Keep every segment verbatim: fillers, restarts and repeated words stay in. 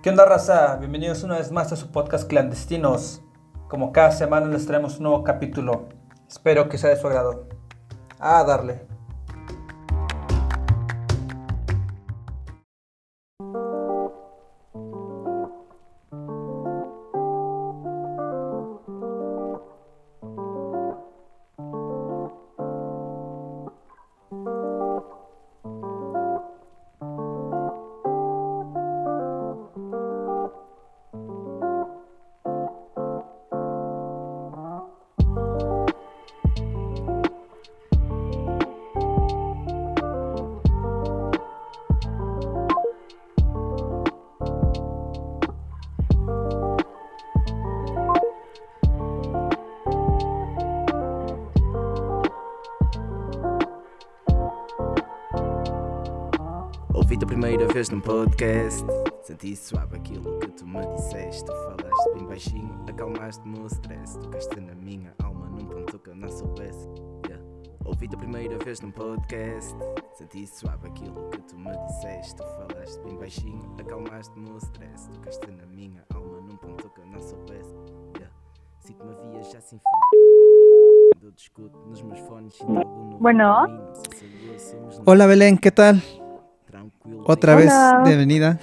¿Qué onda, raza? Bienvenidos una vez más a su podcast Clandestinos. Como cada semana les traemos un nuevo capítulo. Espero que sea de su agrado. A darle. Ouvi-te a primeira vez num podcast. Senti suave aquilo que tu me disseste. Tu falaste bem baixinho, acalmaste-me o stress. Tocaste na minha alma num ponto que eu não soubesse. Yeah. Ouvi-te a primeira vez num podcast. Senti suave aquilo que tu me disseste. Tu falaste bem baixinho, acalmaste-me o stress. Tocaste na minha alma num ponto que eu não soubesse. Yeah. Sinto-me a viajar sem fim. Eu discuto nos meus fones. Sinto algo no Bueno. caminho. Se seguro, somos Hola, Belén, ¿qué tal? Otra vez, Hola. bienvenida.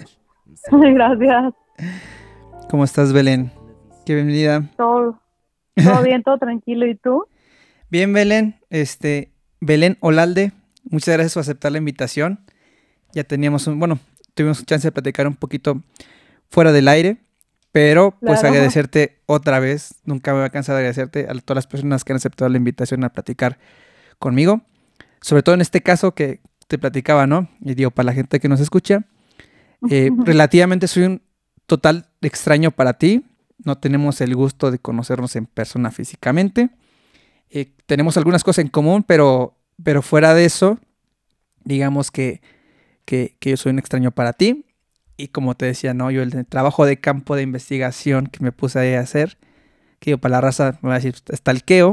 Gracias. ¿Cómo estás, Belén? Qué bienvenida. Todo, todo bien, todo tranquilo. ¿Y tú? Bien, Belén. Este, Belén Olalde, muchas gracias por aceptar la invitación. Ya teníamos un, bueno, tuvimos chance de platicar un poquito fuera del aire, pero pues Claro. agradecerte otra vez. Nunca me voy a cansar de agradecerte a todas las personas que han aceptado la invitación a platicar conmigo. Sobre todo en este caso que te platicaba, ¿no? Y digo, para la gente que nos escucha, eh, relativamente soy un total extraño para ti. No tenemos el gusto de conocernos en persona físicamente. Eh, tenemos algunas cosas en común, pero, pero fuera de eso, digamos que, que, que yo soy un extraño para ti. Y como te decía, ¿no? Yo el trabajo de campo de investigación que me puse ahí a hacer, que yo para la raza me va a decir, stalkeo.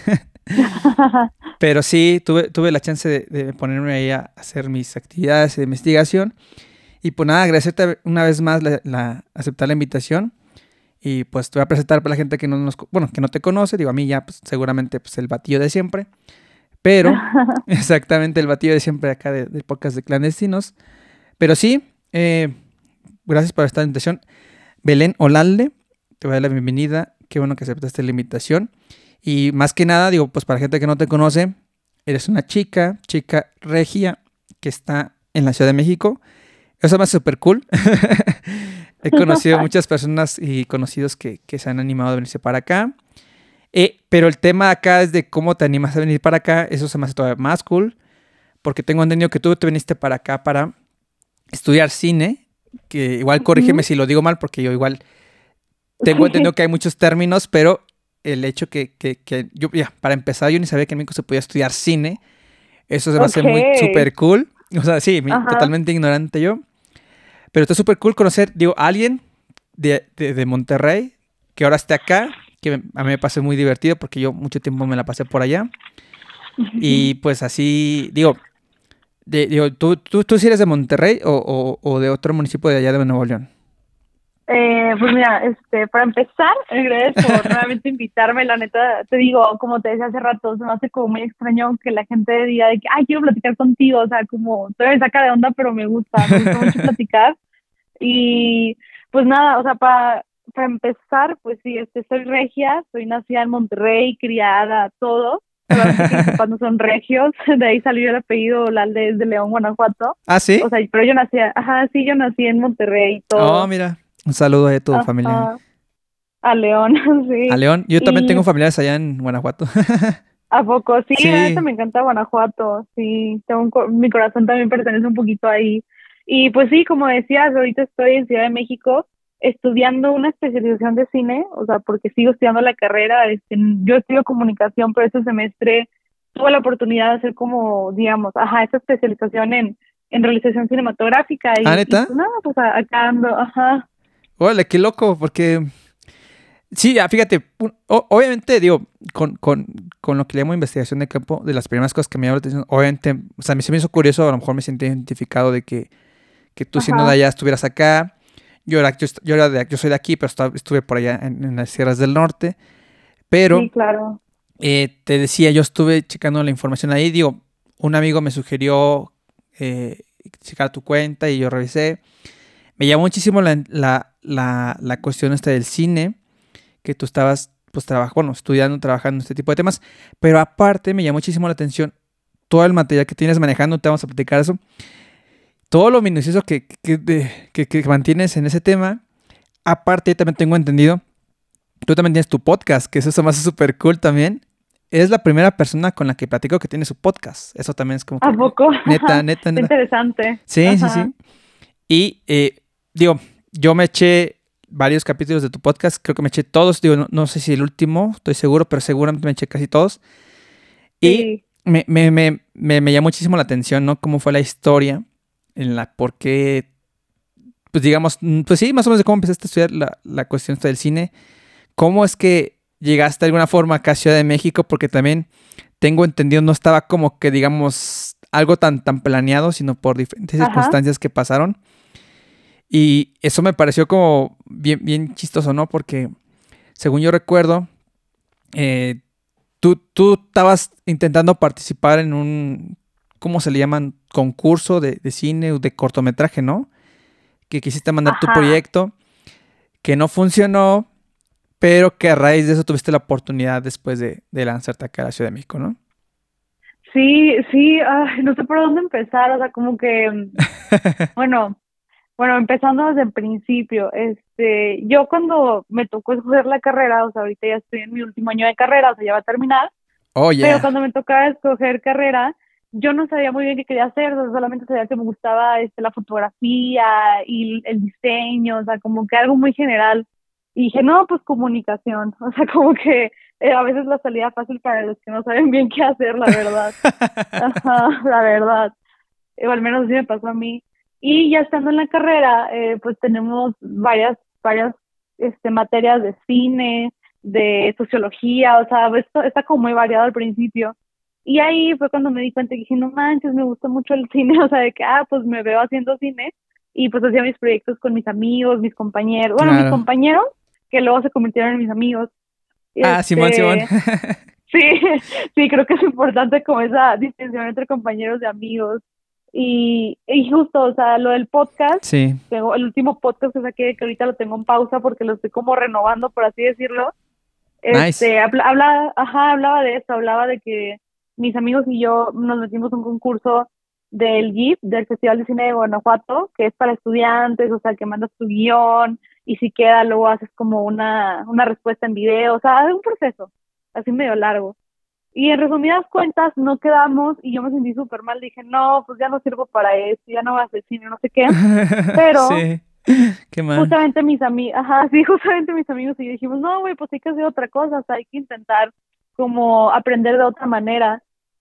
Pero sí, tuve, tuve la chance de, de ponerme ahí a hacer mis actividades de investigación. Y pues nada, agradecerte una vez más la, la, aceptar la invitación. Y pues te voy a presentar para la gente que no nos, bueno, que no te conoce. Digo, a mí ya pues, seguramente pues, el batillo de siempre. Pero, exactamente el batillo de siempre acá de, de podcast de Clandestinos. Pero sí, eh, gracias por esta invitación. Belén Olalde, te voy a dar la bienvenida. Qué bueno que aceptaste la invitación. Y más que nada, digo, pues para gente que no te conoce, eres una chica, chica regia, que está en la Ciudad de México. Eso me hace súper cool. He conocido muchas personas y conocidos que, que se han animado a venirse para acá. Eh, pero el tema acá es de cómo te animas a venir para acá. Eso se me hace todavía más cool. Porque tengo entendido que tú te viniste para acá para estudiar cine. Que igual corrígeme si lo digo mal, porque yo igual tengo entendido que hay muchos términos, pero el hecho que, que, que yo, ya, para empezar, yo ni sabía que en México se podía estudiar cine. Eso se me hace muy Ok. súper cool. O sea, sí, mi- Ajá. totalmente ignorante yo. Pero está súper cool conocer, digo, a alguien de, de, de Monterrey que ahora esté acá, que a mí me pasó muy divertido porque yo mucho tiempo me la pasé por allá. Y pues así, digo, de- digo ¿tú, tú, ¿tú sí eres de Monterrey o, o, o de otro municipio de allá de Nuevo León? Eh, pues mira, este, para empezar, eh, gracias por nuevamente invitarme. La neta, te digo, como te decía hace rato, se me hace como muy extraño que la gente diga de que, ay, quiero platicar contigo. O sea, como, todavía me saca de onda, pero me gusta, me gusta mucho platicar. Y pues nada, o sea, para, para empezar, pues sí, este, soy regia, soy nacida en Monterrey, criada, todo. Solamente que mis papás no son regios, de ahí salió el apellido Olalde, es de León, Guanajuato. ¿Ah, sí? O sea, pero yo nací, ajá, sí, yo nací en Monterrey y todo. Oh, mira. Un saludo a tu Ajá, familia. a León, sí. A León. Yo también Y- tengo familiares allá en Guanajuato. ¿A poco? Sí, Sí. la neta me encanta Guanajuato, sí, tengo un co- mi corazón también pertenece un poquito ahí. Y pues sí, como decías, ahorita estoy en Ciudad de México estudiando una especialización de cine, o sea, porque sigo estudiando la carrera, este, yo estudio comunicación, pero este semestre tuve la oportunidad de hacer como, digamos, ajá, esa especialización en, en realización cinematográfica y, ¿Ah, neta? y pues nada, pues a- acá ando, ajá. Órale, qué loco, porque sí, ya, fíjate, un- o- obviamente, digo, con, con, con lo que le llamo investigación de campo, de las primeras cosas que me llamó la atención, obviamente, o sea, a mí se me hizo curioso, a lo mejor me sentí identificado de que, que tú siendo Ajá. de allá estuvieras acá. yo era, yo, est- yo era de, yo soy de aquí, pero esta- estuve por allá en, en las sierras del norte. Pero Sí, claro. eh, te decía, yo estuve checando la información ahí. Digo, un amigo me sugirió eh, checar tu cuenta y yo revisé. Me llamó muchísimo la, la, la, la cuestión esta del cine, que tú estabas, pues, trabajando, bueno, estudiando, trabajando en este tipo de temas. Pero aparte me llamó muchísimo la atención todo el material que tienes manejando. Te vamos a platicar eso. Todo lo minucioso que, que, de- que, que mantienes en ese tema. Aparte, también tengo entendido, tú también tienes tu podcast, que eso se me hace súper cool también. Eres la primera persona con la que platico que tiene su podcast. Eso también es como que ¿A poco? neta, neta, Qué neta. interesante. Sí, sí, Ajá. sí. Y eh, digo, yo me eché varios capítulos de tu podcast, creo que me eché todos, digo, no, no sé si el último, estoy seguro, pero seguramente me eché casi todos. Y Sí. me, me, me, me, me llamó muchísimo la atención, ¿no? Cómo fue la historia, en la por qué, pues digamos, mm, pues sí, más o menos de cómo empezaste a estudiar la, la cuestión esta del cine. ¿Cómo es que llegaste de alguna forma acá a Ciudad de México? Porque también tengo entendido, no estaba como que, digamos, algo tan, tan planeado, sino por diferentes Ajá. circunstancias que pasaron. Y eso me pareció como bien, bien chistoso, ¿no? Porque, según yo recuerdo, eh, tú, tú estabas intentando participar en un, ¿cómo se le llaman? Concurso de, de cine o de cortometraje, ¿no? Que quisiste mandar tu Ajá. proyecto, que no funcionó, pero que a raíz de eso tuviste la oportunidad después de, de lanzarte acá a la Ciudad de México, ¿no? Sí, sí, ay, no sé por dónde empezar, o sea, como que, mm, bueno, bueno, empezando desde el principio, este, yo cuando me tocó escoger la carrera, o sea, ahorita ya estoy en mi último año de carrera, o sea, ya va a terminar, Oh, pero yeah. cuando me tocaba escoger carrera, yo no sabía muy bien qué quería hacer, o sea, solamente sabía que me gustaba, este, la fotografía y el diseño, o sea, como que algo muy general. Y dije, no, pues comunicación, o sea, como que eh, a veces la salida fácil para los que no saben bien qué hacer, la verdad. Ajá, la verdad. O al menos así me pasó a mí. Y ya estando en la carrera, eh, pues tenemos varias, varias este, materias de cine, de sociología, o sea, esto está como muy variado al principio. Y ahí fue cuando me di cuenta que dije, no manches, me gusta mucho el cine, o sea, de que, ah, pues me veo haciendo cine. Y pues hacía mis proyectos con mis amigos, mis compañeros, bueno, mis Claro. compañeros, que luego se convirtieron en mis amigos. Ah, Simón, Simón. Este, sí, sí, creo que es importante como esa distinción entre compañeros de amigos. Y, y justo, o sea, lo del podcast, Sí. tengo el último podcast que saqué, que ahorita lo tengo en pausa porque lo estoy como renovando, por así decirlo. Nice. Este, habla, habla- ajá, hablaba de eso, hablaba de que mis amigos y yo nos metimos en un concurso del G I F, del Festival de Cine de Guanajuato, que es para estudiantes, o sea, que mandas tu guión y si queda luego haces como una, una respuesta en video, o sea, es un proceso así medio largo. Y en resumidas cuentas no quedamos y yo me sentí súper mal, dije, no, pues ya no sirvo para esto, ya no voy a hacer cine, no sé qué, pero Sí. Qué mal. justamente mis amigos, ajá, sí, justamente mis amigos y yo dijimos, no, güey, pues hay que hacer otra cosa, o sea, hay que intentar como aprender de otra manera.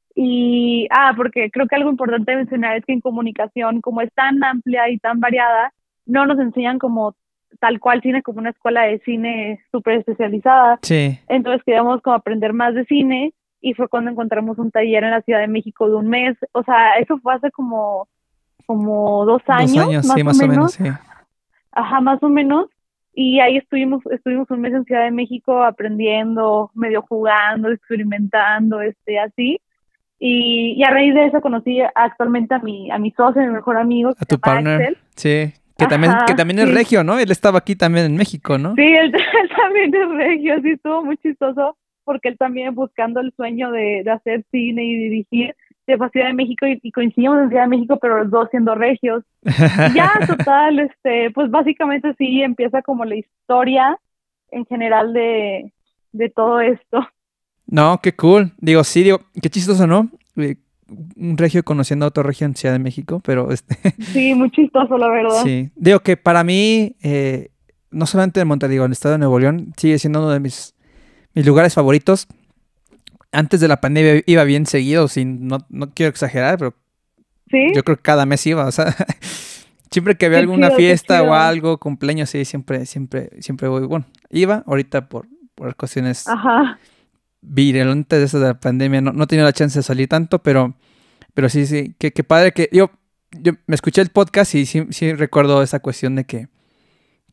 Y, ah, porque creo que algo importante mencionar es que en comunicación, como es tan amplia y tan variada, no nos enseñan como tal cual cine, como una escuela de cine súper especializada. Sí. Entonces queríamos como aprender más de cine y fue cuando encontramos un taller en la Ciudad de México de un mes. O sea, eso fue hace como, como dos años, Dos años, más sí, o más o menos, menos. sí. Ajá, más o menos. Y ahí estuvimos, estuvimos un mes en Ciudad de México aprendiendo, medio jugando, experimentando, este, así. Y, y a raíz de eso conocí actualmente a mi, a mi socio, mi mejor amigo, A que se tu llama partner. Axel. Sí. Que también, que Ajá, también es sí. regio, ¿no? Él estaba aquí también en México, ¿no? Sí, él, él también es regio, sí, estuvo muy chistoso, porque él también buscando el sueño de, de hacer cine y dirigir, se fue a Ciudad de México y, y coincidimos en Ciudad de México, pero los dos siendo regios. Y ya, total, este, pues básicamente sí empieza como la historia en general de, de todo esto. No, qué cool. Digo, sí, digo, qué chistoso, ¿no? Eh, un regio conociendo a otro regio en Ciudad de México, pero este... Sí, muy chistoso, la verdad. Sí. Digo que para mí, eh, no solamente en Monterrey, digo, en el estado de Nuevo León, sigue siendo uno de mis, mis lugares favoritos. Antes de la pandemia iba bien seguido, sin, no, no quiero exagerar, pero ¿Sí? yo creo que cada mes iba, o sea, siempre que había Qué alguna chido, qué fiesta o chido. algo, cumpleaños, sí, siempre, siempre, siempre voy. Bueno, iba, ahorita por, por cuestiones Ajá. virulentas de esas de la pandemia, no, no he tenido la chance de salir tanto, pero, pero sí, sí, qué, qué padre que yo, yo me escuché el podcast y sí, sí recuerdo esa cuestión de que,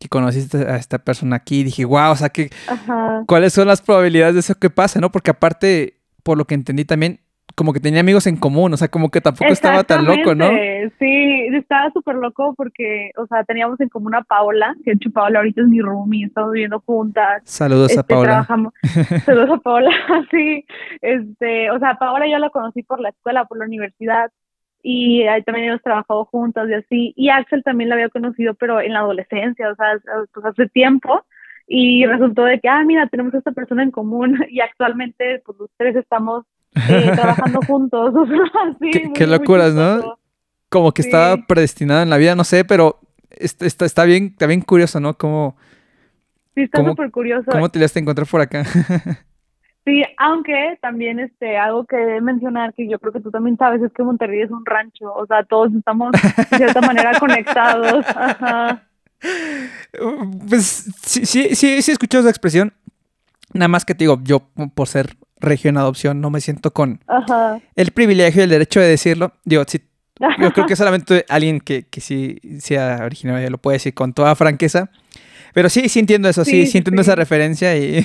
que conociste a esta persona aquí. Dije, wow, o sea, que, Ajá. ¿cuáles son las probabilidades de eso que pasa, no? Porque aparte, por lo que entendí también, como que tenía amigos en común, o sea, como que tampoco estaba tan loco, ¿no? Exactamente, sí, estaba súper loco porque, o sea, teníamos en común a Paola, que de hecho Paola ahorita es mi roomie, estamos viviendo juntas, Saludos a este, Paola. trabajamos, saludos a Paola, sí, este, o sea, Paola yo la conocí por la escuela, por la universidad, y ahí también hemos trabajado juntas y así, y Axel también la había conocido, pero en la adolescencia, o sea, pues hace tiempo, y resultó de que, ah, mira, tenemos a esta persona en común, y actualmente, pues los tres estamos eh, trabajando juntos, o sea, sí, Qué, muy, qué muy locuras, ¿no? chistoso. Como que estaba Sí, predestinado en la vida, no sé, pero está, está, está bien, está bien curioso, ¿no? Cómo, sí, está cómo, súper curioso. cómo te le has de encontrar por acá. Sí, aunque también este, algo que debe mencionar, que yo creo que tú también sabes, es que Monterrey es un rancho, o sea, todos estamos de cierta manera conectados, ajá, Pues sí, sí, sí, sí he escuchado esa expresión. Nada más que te digo, yo por ser región adopción no me siento con ajá, el privilegio y el derecho de decirlo. Digo, sí, yo creo que solamente alguien que, que sí sea originario lo puede decir con toda franqueza. Pero sí, sí entiendo eso, sí, sí, sí sí, entiendo esa sí. referencia y...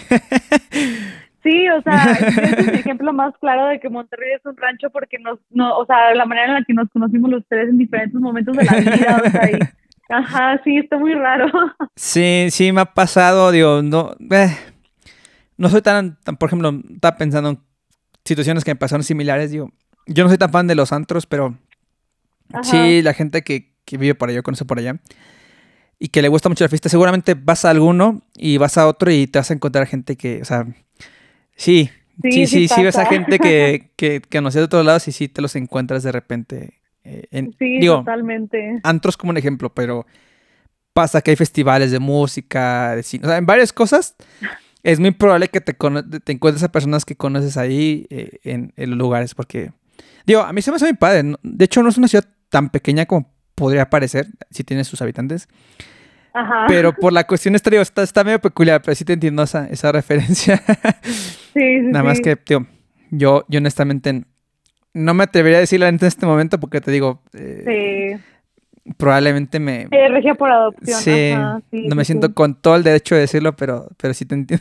Sí, o sea, ese es mi ejemplo más claro de que Monterrey es un rancho porque nos, no, o sea, la manera en la que nos conocimos los tres en diferentes momentos de la vida, o sea, y, ajá, sí, está muy raro. Sí, sí me ha pasado, digo, no, eh, no soy tan, tan, por ejemplo, estaba pensando en situaciones que me pasaron similares, digo, yo no soy tan fan de los antros, pero Ajá, sí, la gente que, que vive por allá, conoce por allá, y que le gusta mucho la fiesta, seguramente vas a alguno y vas a otro y te vas a encontrar gente que, o sea, sí, sí, sí, sí sí, sí ves a pasa. gente que, que, que conocías de otros lados y sí te los encuentras de repente. eh, en, Sí, digo, totalmente. antros como un ejemplo, pero pasa que hay festivales de música, de cine, o sea, en varias cosas. Es muy probable que te, cono- te encuentres a personas que conoces ahí eh, en, en los lugares, porque, digo, a mí se me hace muy padre. ¿No? De hecho, no es una ciudad tan pequeña como podría parecer, si tiene sus habitantes, Ajá, pero por la cuestión esta, digo, está, está medio peculiar, pero sí te entiendo esa, esa referencia. sí, sí, Nada más sí, que, tío, yo, yo honestamente no me atrevería a decirlo en este momento porque te digo, eh, sí. probablemente me... Eh, regia por adopción, Sí, ajá, sí, no me sí, siento sí. con todo el derecho de decirlo, pero, pero sí te entiendo.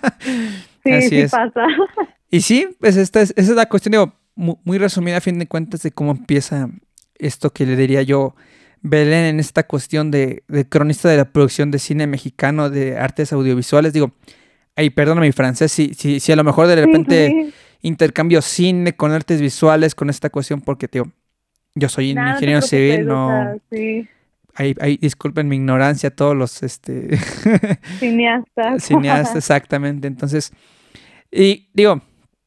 Sí, Así sí es. pasa. Y sí, pues esta es, esa es la cuestión, digo, mu- muy, resumida a fin de cuentas de cómo empieza esto que le diría yo, Belén, en esta cuestión de, de cronista de la producción de cine mexicano, de artes audiovisuales. Digo, ay, perdóname mi francés, si, si, si a lo mejor de Sí, sí, repente sí. intercambio cine con artes visuales, con esta cuestión, porque, tío, yo soy un Nada, no te ingeniero civil, preocupes, o no... sea, sí, Ahí, ahí, disculpen mi ignorancia, todos los este, cineastas. cineastas, exactamente. Entonces, y digo,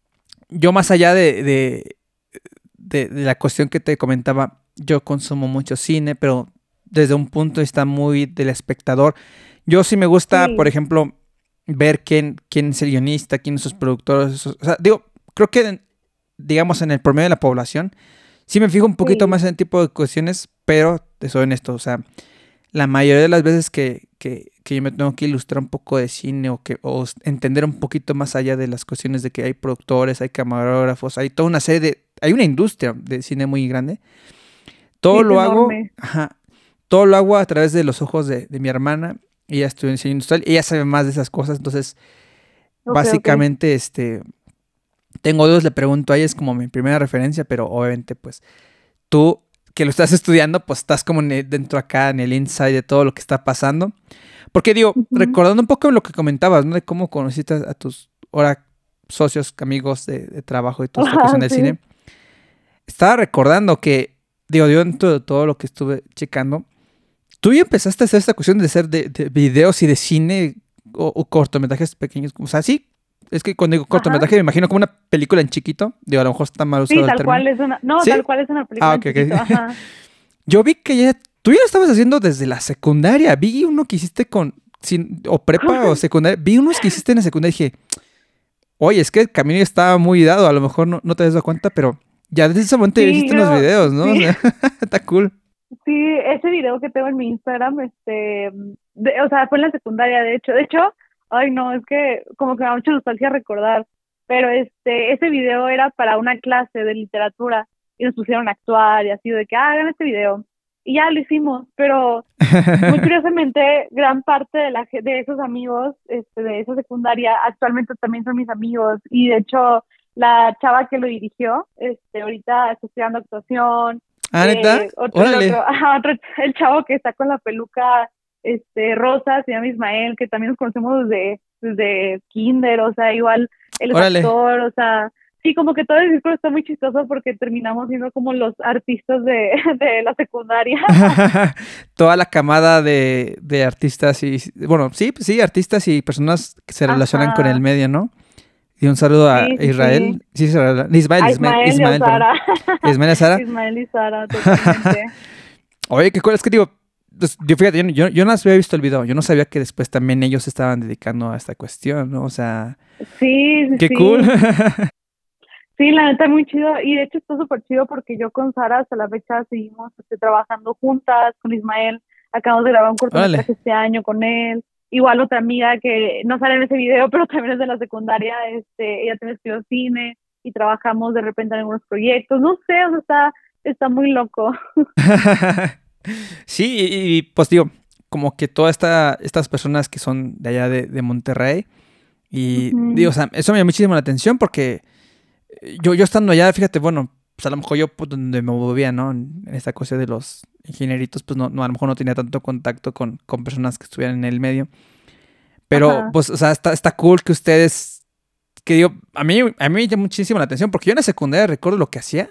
yo más allá de, de, de, de la cuestión que te comentaba, yo consumo mucho cine, pero desde un punto de vista muy del espectador. Yo sí me gusta, por Sí, ejemplo, ver quién, quién es el guionista, quién son sus productores. esos- o sea, digo, creo que, en- digamos, en el promedio de la población, sí me fijo un poquito sí, más en ese tipo de cuestiones, pero te soy honesto, o sea, la mayoría de las veces que, que, que yo me tengo que ilustrar un poco de cine o, que, o s- entender un poquito más allá de las cuestiones de que hay productores, hay camarógrafos, hay toda una serie de... Hay una industria de cine muy grande. sí, Todo es lo hago, enorme. ajá, todo lo hago a través de los ojos de, de mi hermana. Ella estudia en diseño industrial, ella sabe más de esas cosas, entonces Ok, ok. básicamente este, tengo dudas, le pregunto a ella, es como mi primera referencia, pero obviamente pues tú que lo estás estudiando, pues estás como en el- dentro acá en el inside de todo lo que está pasando. Porque digo, Ujú. recordando un poco lo que comentabas, ¿no? De cómo conociste a, a tus ahora socios, amigos de, de trabajo y toda esta cuestión Ajá, del sí, cine. Estaba recordando que, digo, yo dentro de todo lo que estuve checando, tú ya empezaste a hacer esta cuestión de hacer de, de videos y de cine o, o cortometrajes pequeños. O sea, sí, es que cuando digo ajá. cortometraje me imagino como una película en chiquito. Digo, a lo mejor está mal Sí, usado el tal término. cual es una, no, ¿Sí? tal cual es una Ah, película en ok, chiquito, ok. ajá. Yo vi que ya, tú ya lo estabas haciendo desde la secundaria. Vi uno que hiciste con, sin, o prepa o secundaria. Vi unos que hiciste en la secundaria y dije, oye, es que el camino ya estaba muy dado. A lo mejor no, no te has dado cuenta, pero ya desde ese momento ya Sí, hiciste unos yo, videos, ¿no? O sí. sea, está cool. Sí, ese video que tengo en mi Instagram, este, de- o sea, fue en la secundaria, de hecho. De hecho, ay no, es que como que me da mucha nostalgia recordar, pero este, ese video era para una clase de literatura y nos pusieron a actuar y así de que, ah, hagan este video. y ya lo hicimos, pero muy curiosamente, gran parte de la ge- de esos amigos este, de esa secundaria actualmente también son mis amigos, y de hecho la chava que lo dirigió, este, ahorita está estudiando actuación, Ah, ¿neta? eh, otro, el Órale, otro, ajá, otro, el chavo que está con la peluca este, rosa, se llama Ismael, que también nos conocemos desde, desde kinder, o sea, igual él es órale. actor, o sea, sí, como que todo el círculo está muy chistoso porque terminamos siendo como los artistas de, de la secundaria. Toda la camada de, de artistas y, bueno, sí, pues sí, artistas y personas que se relacionan con el Ajá, medio, ¿no? Y un saludo a sí, sí, sí. Israel, sí, Israel, Ismael, A Ismael, Ismael y a Ismael, perdón. Sara. Ismael y Sara. Ismael y Sara, totalmente. Oye, qué cool, es que digo, pues, yo fíjate, yo, yo, yo no había visto el video, yo no sabía que después también ellos se estaban dedicando a esta cuestión, ¿no? O sea, Sí, sí, qué cool. sí. Sí, la neta muy chido. Y de hecho está súper chido porque yo con Sara hasta la fecha seguimos este, trabajando juntas con Ismael. Acabamos de grabar un Órale. cortometraje este año con él. Igual otra amiga que no sale en ese video, pero también es de la secundaria, este, ella también estudió cine y trabajamos de repente en algunos proyectos. No sé, o sea, está, está muy loco. Sí, y, y, pues digo, como que todas esta, estas personas que son de allá de, de Monterrey, y digo, Ujú. o sea, eso me llamó muchísimo la atención porque eh, yo, yo estando allá, fíjate, bueno, pues a lo mejor yo pues, donde me movía, ¿no? En, en esta cosa de los ingenieritos, pues no, no, a lo mejor no tenía tanto contacto con, con personas que estuvieran en el medio. Pero, Ajá, pues, o sea, está, está cool que ustedes, que digo, a mí, a mí me llama muchísimo la atención porque yo en la secundaria recuerdo lo que hacía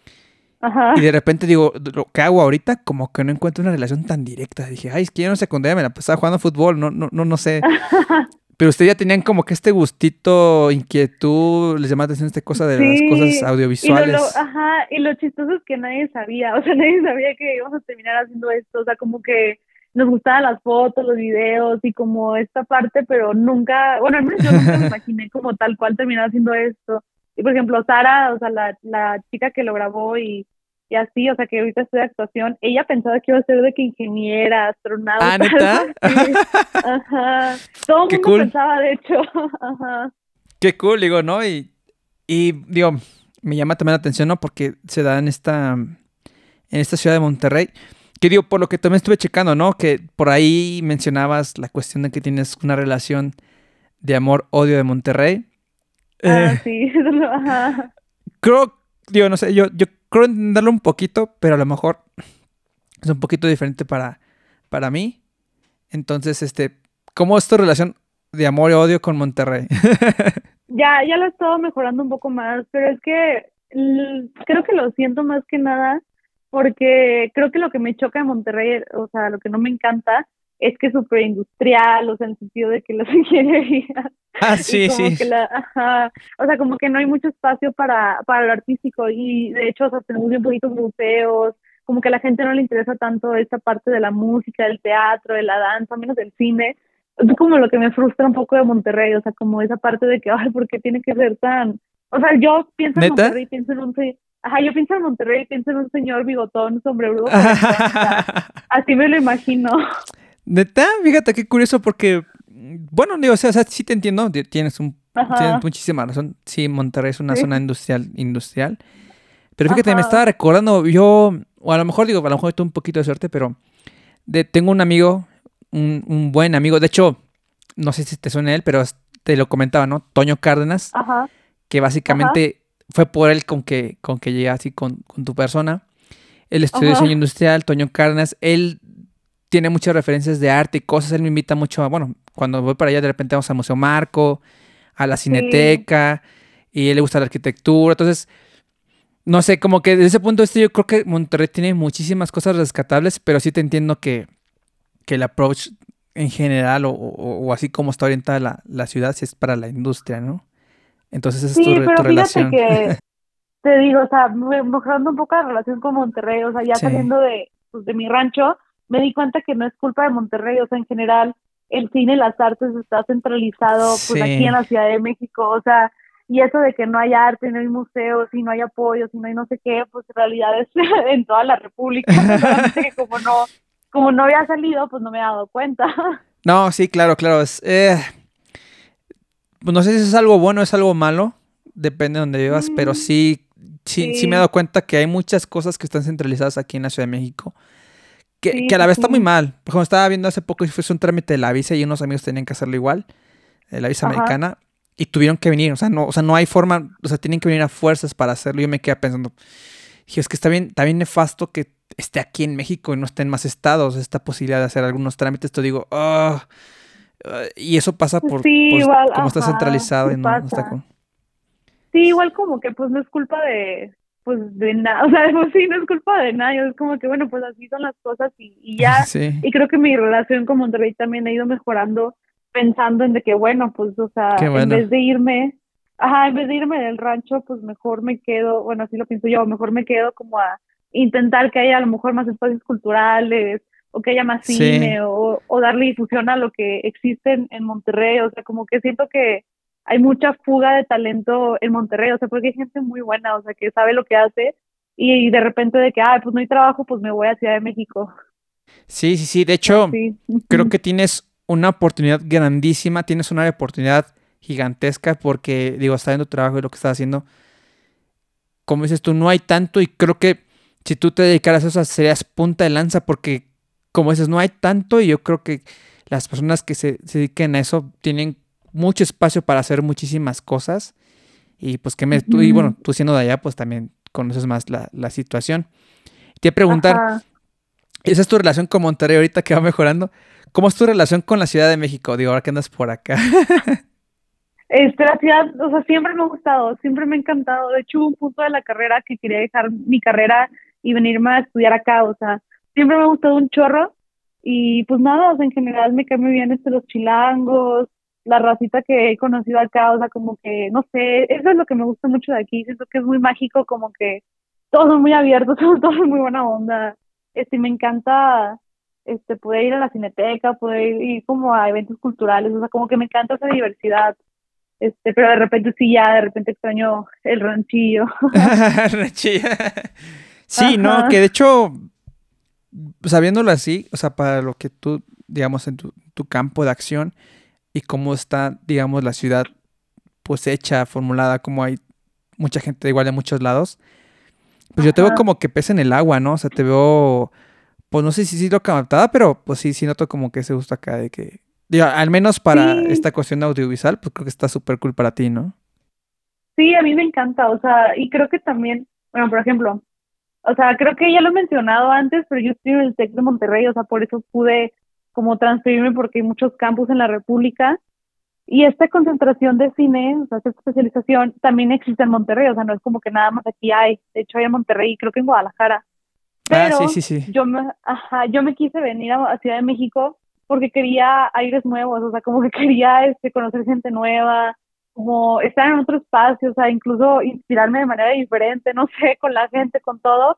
y de ajá. repente digo, lo que hago ahorita como que no encuentro una relación tan directa. Dije, ay, es que yo en la secundaria me la pasaba jugando fútbol, no, no, no, no sé. Pero ustedes ya tenían como que este gustito, inquietud, les llamaba la atención esta cosa de las cosas Sí, y lo, lo, audiovisuales. ajá, y lo chistoso es que nadie sabía, o sea, nadie sabía que íbamos a terminar haciendo esto, o sea, como que nos gustaban las fotos, los videos y como esta parte, pero nunca, bueno, al menos yo nunca me imaginé como tal cual terminar haciendo esto. Y por ejemplo, Sara, o sea, la, la chica que lo grabó y, y así, o sea, que ahorita estudia actuación, ella pensaba que iba a ser de que ingeniera, Ah, astronauta, algo ¿neta? así. Ajá, todo el Qué mundo cool, pensaba, de hecho, ajá. qué cool, digo, ¿no? Y, y digo, me llama también la atención, ¿no? Porque se da en esta, en esta ciudad de Monterrey. Que digo, por lo que también estuve checando, ¿no? Que por ahí mencionabas la cuestión de que tienes una relación de amor-odio de Monterrey. Ah, Eh, sí, ajá. creo, digo, no sé, yo, yo creo entenderlo un poquito, pero a lo mejor es un poquito diferente para, para mí. Entonces, este, ¿cómo es tu relación de amor y odio con Monterrey? Ya, ya lo he estado mejorando un poco más, pero es que l- creo que lo siento más que nada porque creo que lo que me choca de Monterrey, o sea, lo que no me encanta es que es súper industrial, o sea, en el sentido de que las ingenierías Ah, y sí, como sí. que la, ajá, o sea, como que no hay mucho espacio para, para lo artístico y de hecho, o sea, tenemos bien poquitos museos, como que a la gente no le interesa tanto esta parte de la música, del teatro, de la danza, menos del cine. Es como lo que me frustra un poco de Monterrey, o sea, como esa parte de que, ay, ¿por qué tiene que ser tan...? O sea, yo pienso en ¿Neta? Monterrey, pienso en un... se- Ajá, yo pienso en Monterrey, pienso en un señor bigotón, sombrerudo, cuarentón, o sea, así me lo imagino. ¿Neta? Fíjate qué curioso porque, mm, bueno, digo, o sea, o sea, sí te entiendo, ti- tienes un, tienes Ajá, muchísima razón. Sí, Monterrey es una zona sí, industrial, industrial. Pero fíjate, me estaba ajá, recordando, yo, o a lo mejor digo, a lo mejor tuve un poquito de suerte, pero de, tengo un amigo, un, un buen amigo, de hecho, no sé si te suena él, pero es- te lo comentaba, ¿no? Toño Cárdenas, ajá, que ajá, básicamente fue por él con que, con que llegué así con, con tu persona. Él estudió diseño ajá, industrial, Toño Cárdenas, él tiene muchas referencias de arte y cosas, él me invita mucho a, bueno, cuando voy para allá de repente vamos al Museo Marco, a la sí, Cineteca, y a él le gusta la arquitectura, entonces no sé, como que desde ese punto de vista yo creo que Monterrey tiene muchísimas cosas rescatables, pero sí te entiendo que, que el approach en general o, o- o así como está orientada la, la ciudad, sí es para la industria, ¿no? Entonces esa es tu, sí, re- tu pero fíjate relación. que te digo, o sea, me- mejorando un poco la relación con Monterrey, o sea, ya Sí, saliendo de, pues, de mi rancho, me di cuenta que no es culpa de Monterrey, o sea, en general, el cine y las artes está centralizado, pues, aquí en sí. la Ciudad de México, o sea, y eso de que no hay arte, no hay museos, y no hay apoyos, y no hay no sé qué, pues, en realidad es en toda la República, solamente que como no, como no había salido, pues, no me he dado cuenta. No, sí, claro, claro. Es, eh, pues no sé si es algo bueno o es algo malo, depende de donde vivas, pero Mm, sí, sí, sí me he sí, dado cuenta que hay muchas cosas que están centralizadas aquí en la Ciudad de México. Que, Sí, que a la sí, vez está muy sí. mal. Como estaba viendo hace poco, fue un trámite de la visa y unos amigos tenían que hacerlo igual, eh, la visa Ajá. americana, y tuvieron que venir. O sea, no, o sea, no hay forma, o sea, tienen que venir a fuerzas para hacerlo. Yo me quedé pensando, dije, es que está bien, está bien nefasto que esté aquí en México y no esté en más estados esta posibilidad de hacer algunos trámites. Te digo, ah, ah, y eso pasa Pues por, sí, por igual, cómo está ajá, centralizado sí y no, no está pasa. con... Sí, igual como que pues no es culpa de, pues de nada, o sea, pues sí, no es culpa de nada, es como que bueno, pues así son las cosas y, y ya, Sí, y creo que mi relación con Monterrey también ha ido mejorando pensando en de que bueno, pues o qué sea, en bueno. vez de irme, ajá, en vez de irme del rancho, pues mejor me quedo, bueno, así lo pienso yo, mejor me quedo como a intentar que haya a lo mejor más espacios culturales o que haya más Sí. cine o, o darle difusión a lo que existe en, en Monterrey, o sea, como que siento que hay mucha fuga de talento en Monterrey, o sea, porque hay gente muy buena, o sea, que sabe lo que hace y, de repente de que, ah, pues no hay trabajo, pues me voy a Ciudad de México. Sí, sí, sí. De hecho, Así. creo Ujú. que tienes una oportunidad grandísima, tienes una oportunidad gigantesca porque, digo, está viendo tu trabajo y lo que estás haciendo. Como dices tú, no hay tanto y creo que si tú te dedicaras a eso serías punta de lanza porque, como dices, no hay tanto y yo creo que las personas que se, se dediquen a eso tienen mucho espacio para hacer muchísimas cosas y pues que me, tú, y Ujú. bueno, tú siendo de allá, pues también conoces más la, la situación. Te iba a preguntar, Ajá. esa es tu relación con Monterrey ahorita que va mejorando. ¿Cómo es tu relación con la Ciudad de México? Digo, ahora que andas por acá. Este, la ciudad, o sea, siempre me ha gustado, siempre me ha encantado. De hecho, hubo un punto de la carrera que quería dejar mi carrera y venirme a estudiar acá, o sea, siempre me ha gustado un chorro. Y pues nada, o sea, en general me cae muy bien este, los chilangos, la racita que he conocido acá, o sea, como que, no sé, eso es lo que me gusta mucho de aquí, siento que es muy mágico, como que todos son muy abiertos, todos son muy buena onda. Este, me encanta, este, poder ir a la cineteca, poder ir como a eventos culturales, o sea, como que me encanta esa diversidad. Este, pero de repente sí, ya de repente extraño el ranchillo. Rechilla. Sí, no, que Ajá, de hecho, sabiéndolo así, o sea, para lo que tú, digamos, en tu, tu campo de acción y cómo está, digamos, la ciudad, pues hecha, formulada, como hay mucha gente igual de muchos lados, pues yo te veo ajá. como que pesa en el agua, ¿no? O sea, te veo, pues no sé si sí lo captada, pero pues sí, sí noto como que ese gusto acá de que, digo, al menos para esta Sí, cuestión audiovisual, pues creo que está súper cool para ti, ¿no? sí, a mí me encanta, o sea, y creo que también, bueno, por ejemplo, o sea, creo que ya lo he mencionado antes, pero yo estoy en el TEC de Monterrey, o sea, por eso pude como transferirme porque hay muchos campus en la República. Y esta concentración de cine, o sea, esta especialización también existe en Monterrey, o sea, no es como que nada más aquí hay, de hecho hay en Monterrey y creo que en Guadalajara. Ah, sí, Pero sí, sí. yo me, ajá, yo me quise venir a, a Ciudad de México porque quería aires nuevos, o sea, como que quería este, conocer gente nueva, como estar en otro espacio, o sea, incluso inspirarme de manera diferente, no sé, con la gente, con todo.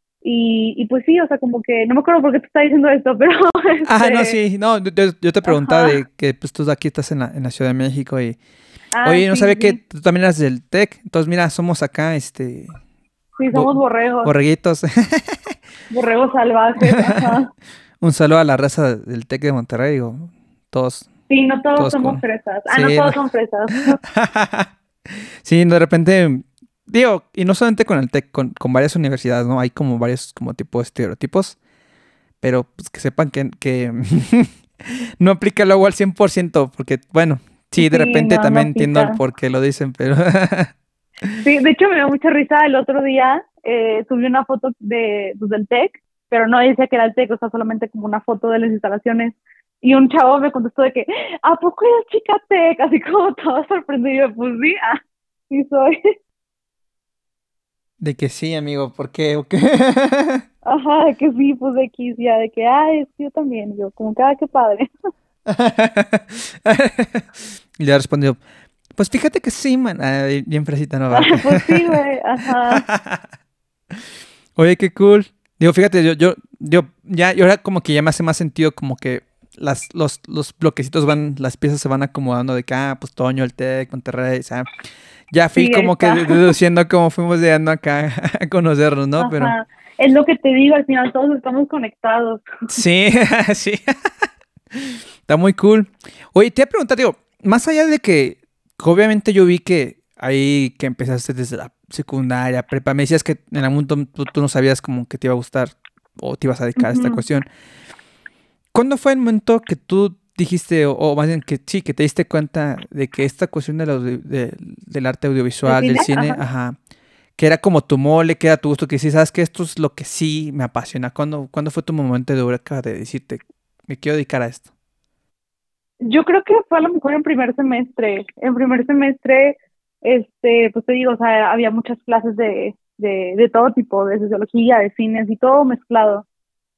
Y, y pues sí, o sea, como que no me acuerdo por qué te está diciendo esto, pero Ah, no, este, sí, no, yo, yo- yo te preguntaba ajá, de que pues tú aquí estás en la, en la Ciudad de México y, ah, oye, no sí, sabía que sí, tú también eras del TEC, entonces mira, somos acá, este, sí, bo- somos borregos, borreguitos. borregos salvajes, ajá. Un saludo a la raza del TEC de Monterrey, digo, todos, Sí, no todos todos somos con... fresas, ah, no Sí, no. todos son fresas. Sí, de repente, digo, y no solamente con el TEC, con, con varias universidades, ¿no? Hay como varios como tipo de estereotipos, pero pues que sepan que, que no aplica luego al cien por ciento, porque bueno, sí, de Sí, repente no, no también entiendo el aplica. por qué lo dicen, pero... Sí, de hecho me dio mucha risa el otro día, eh, subí una foto de, pues, del TEC, pero no decía que era el TEC, o sea, solamente como una foto de las instalaciones. Y un chavo me contestó de que, ¿a poco eres chica TEC? Así como todo sorprendido, pues sí, ah, sí soy. De que sí, amigo, ¿por qué? ¿O qué? Ajá, de que sí, pues de X, ya, de que, ay, es que yo también, yo, como que, ah, qué padre. Y le respondió, pues fíjate que sí, man. Ah, bien fresita, ¿no? Ah, Va, que- pues sí, güey, ajá, Oye, qué cool. Digo, fíjate, yo, yo, yo, ya, y ahora como que ya me hace más sentido como que las, los, los bloquecitos van, las piezas se van acomodando de que, ah, pues Toño, el Tec, Monterrey, o sea, ya fui sí, ahí como que está. deduciendo cómo fuimos llegando acá a conocernos, ¿no? Pero Ajá, es lo que te digo, al final todos estamos conectados. sí, sí, está muy cool. Oye, te voy a preguntar, digo, más allá de que, obviamente yo vi que ahí que empezaste desde la secundaria, prepa, me decías que en algún momento tú, tú no sabías como que te iba a gustar o te ibas a dedicar a esta Ujú. cuestión. ¿Cuándo fue el momento que tú dijiste, o, o más bien que sí, que te diste cuenta de que esta cuestión de la audio- de- del arte ¿El audiovisual, del cine? cine, Ajá. ajá, que era como tu mole, que era tu gusto, que sí, sabes que esto es lo que sí me apasiona? ¿Cuándo, cuándo fue tu momento de eureka de decirte, me quiero dedicar a esto? Yo creo que fue a lo mejor en primer semestre. En primer semestre, este, pues te digo, o sea, había muchas clases de, de, de todo tipo, de sociología, de cines y todo mezclado.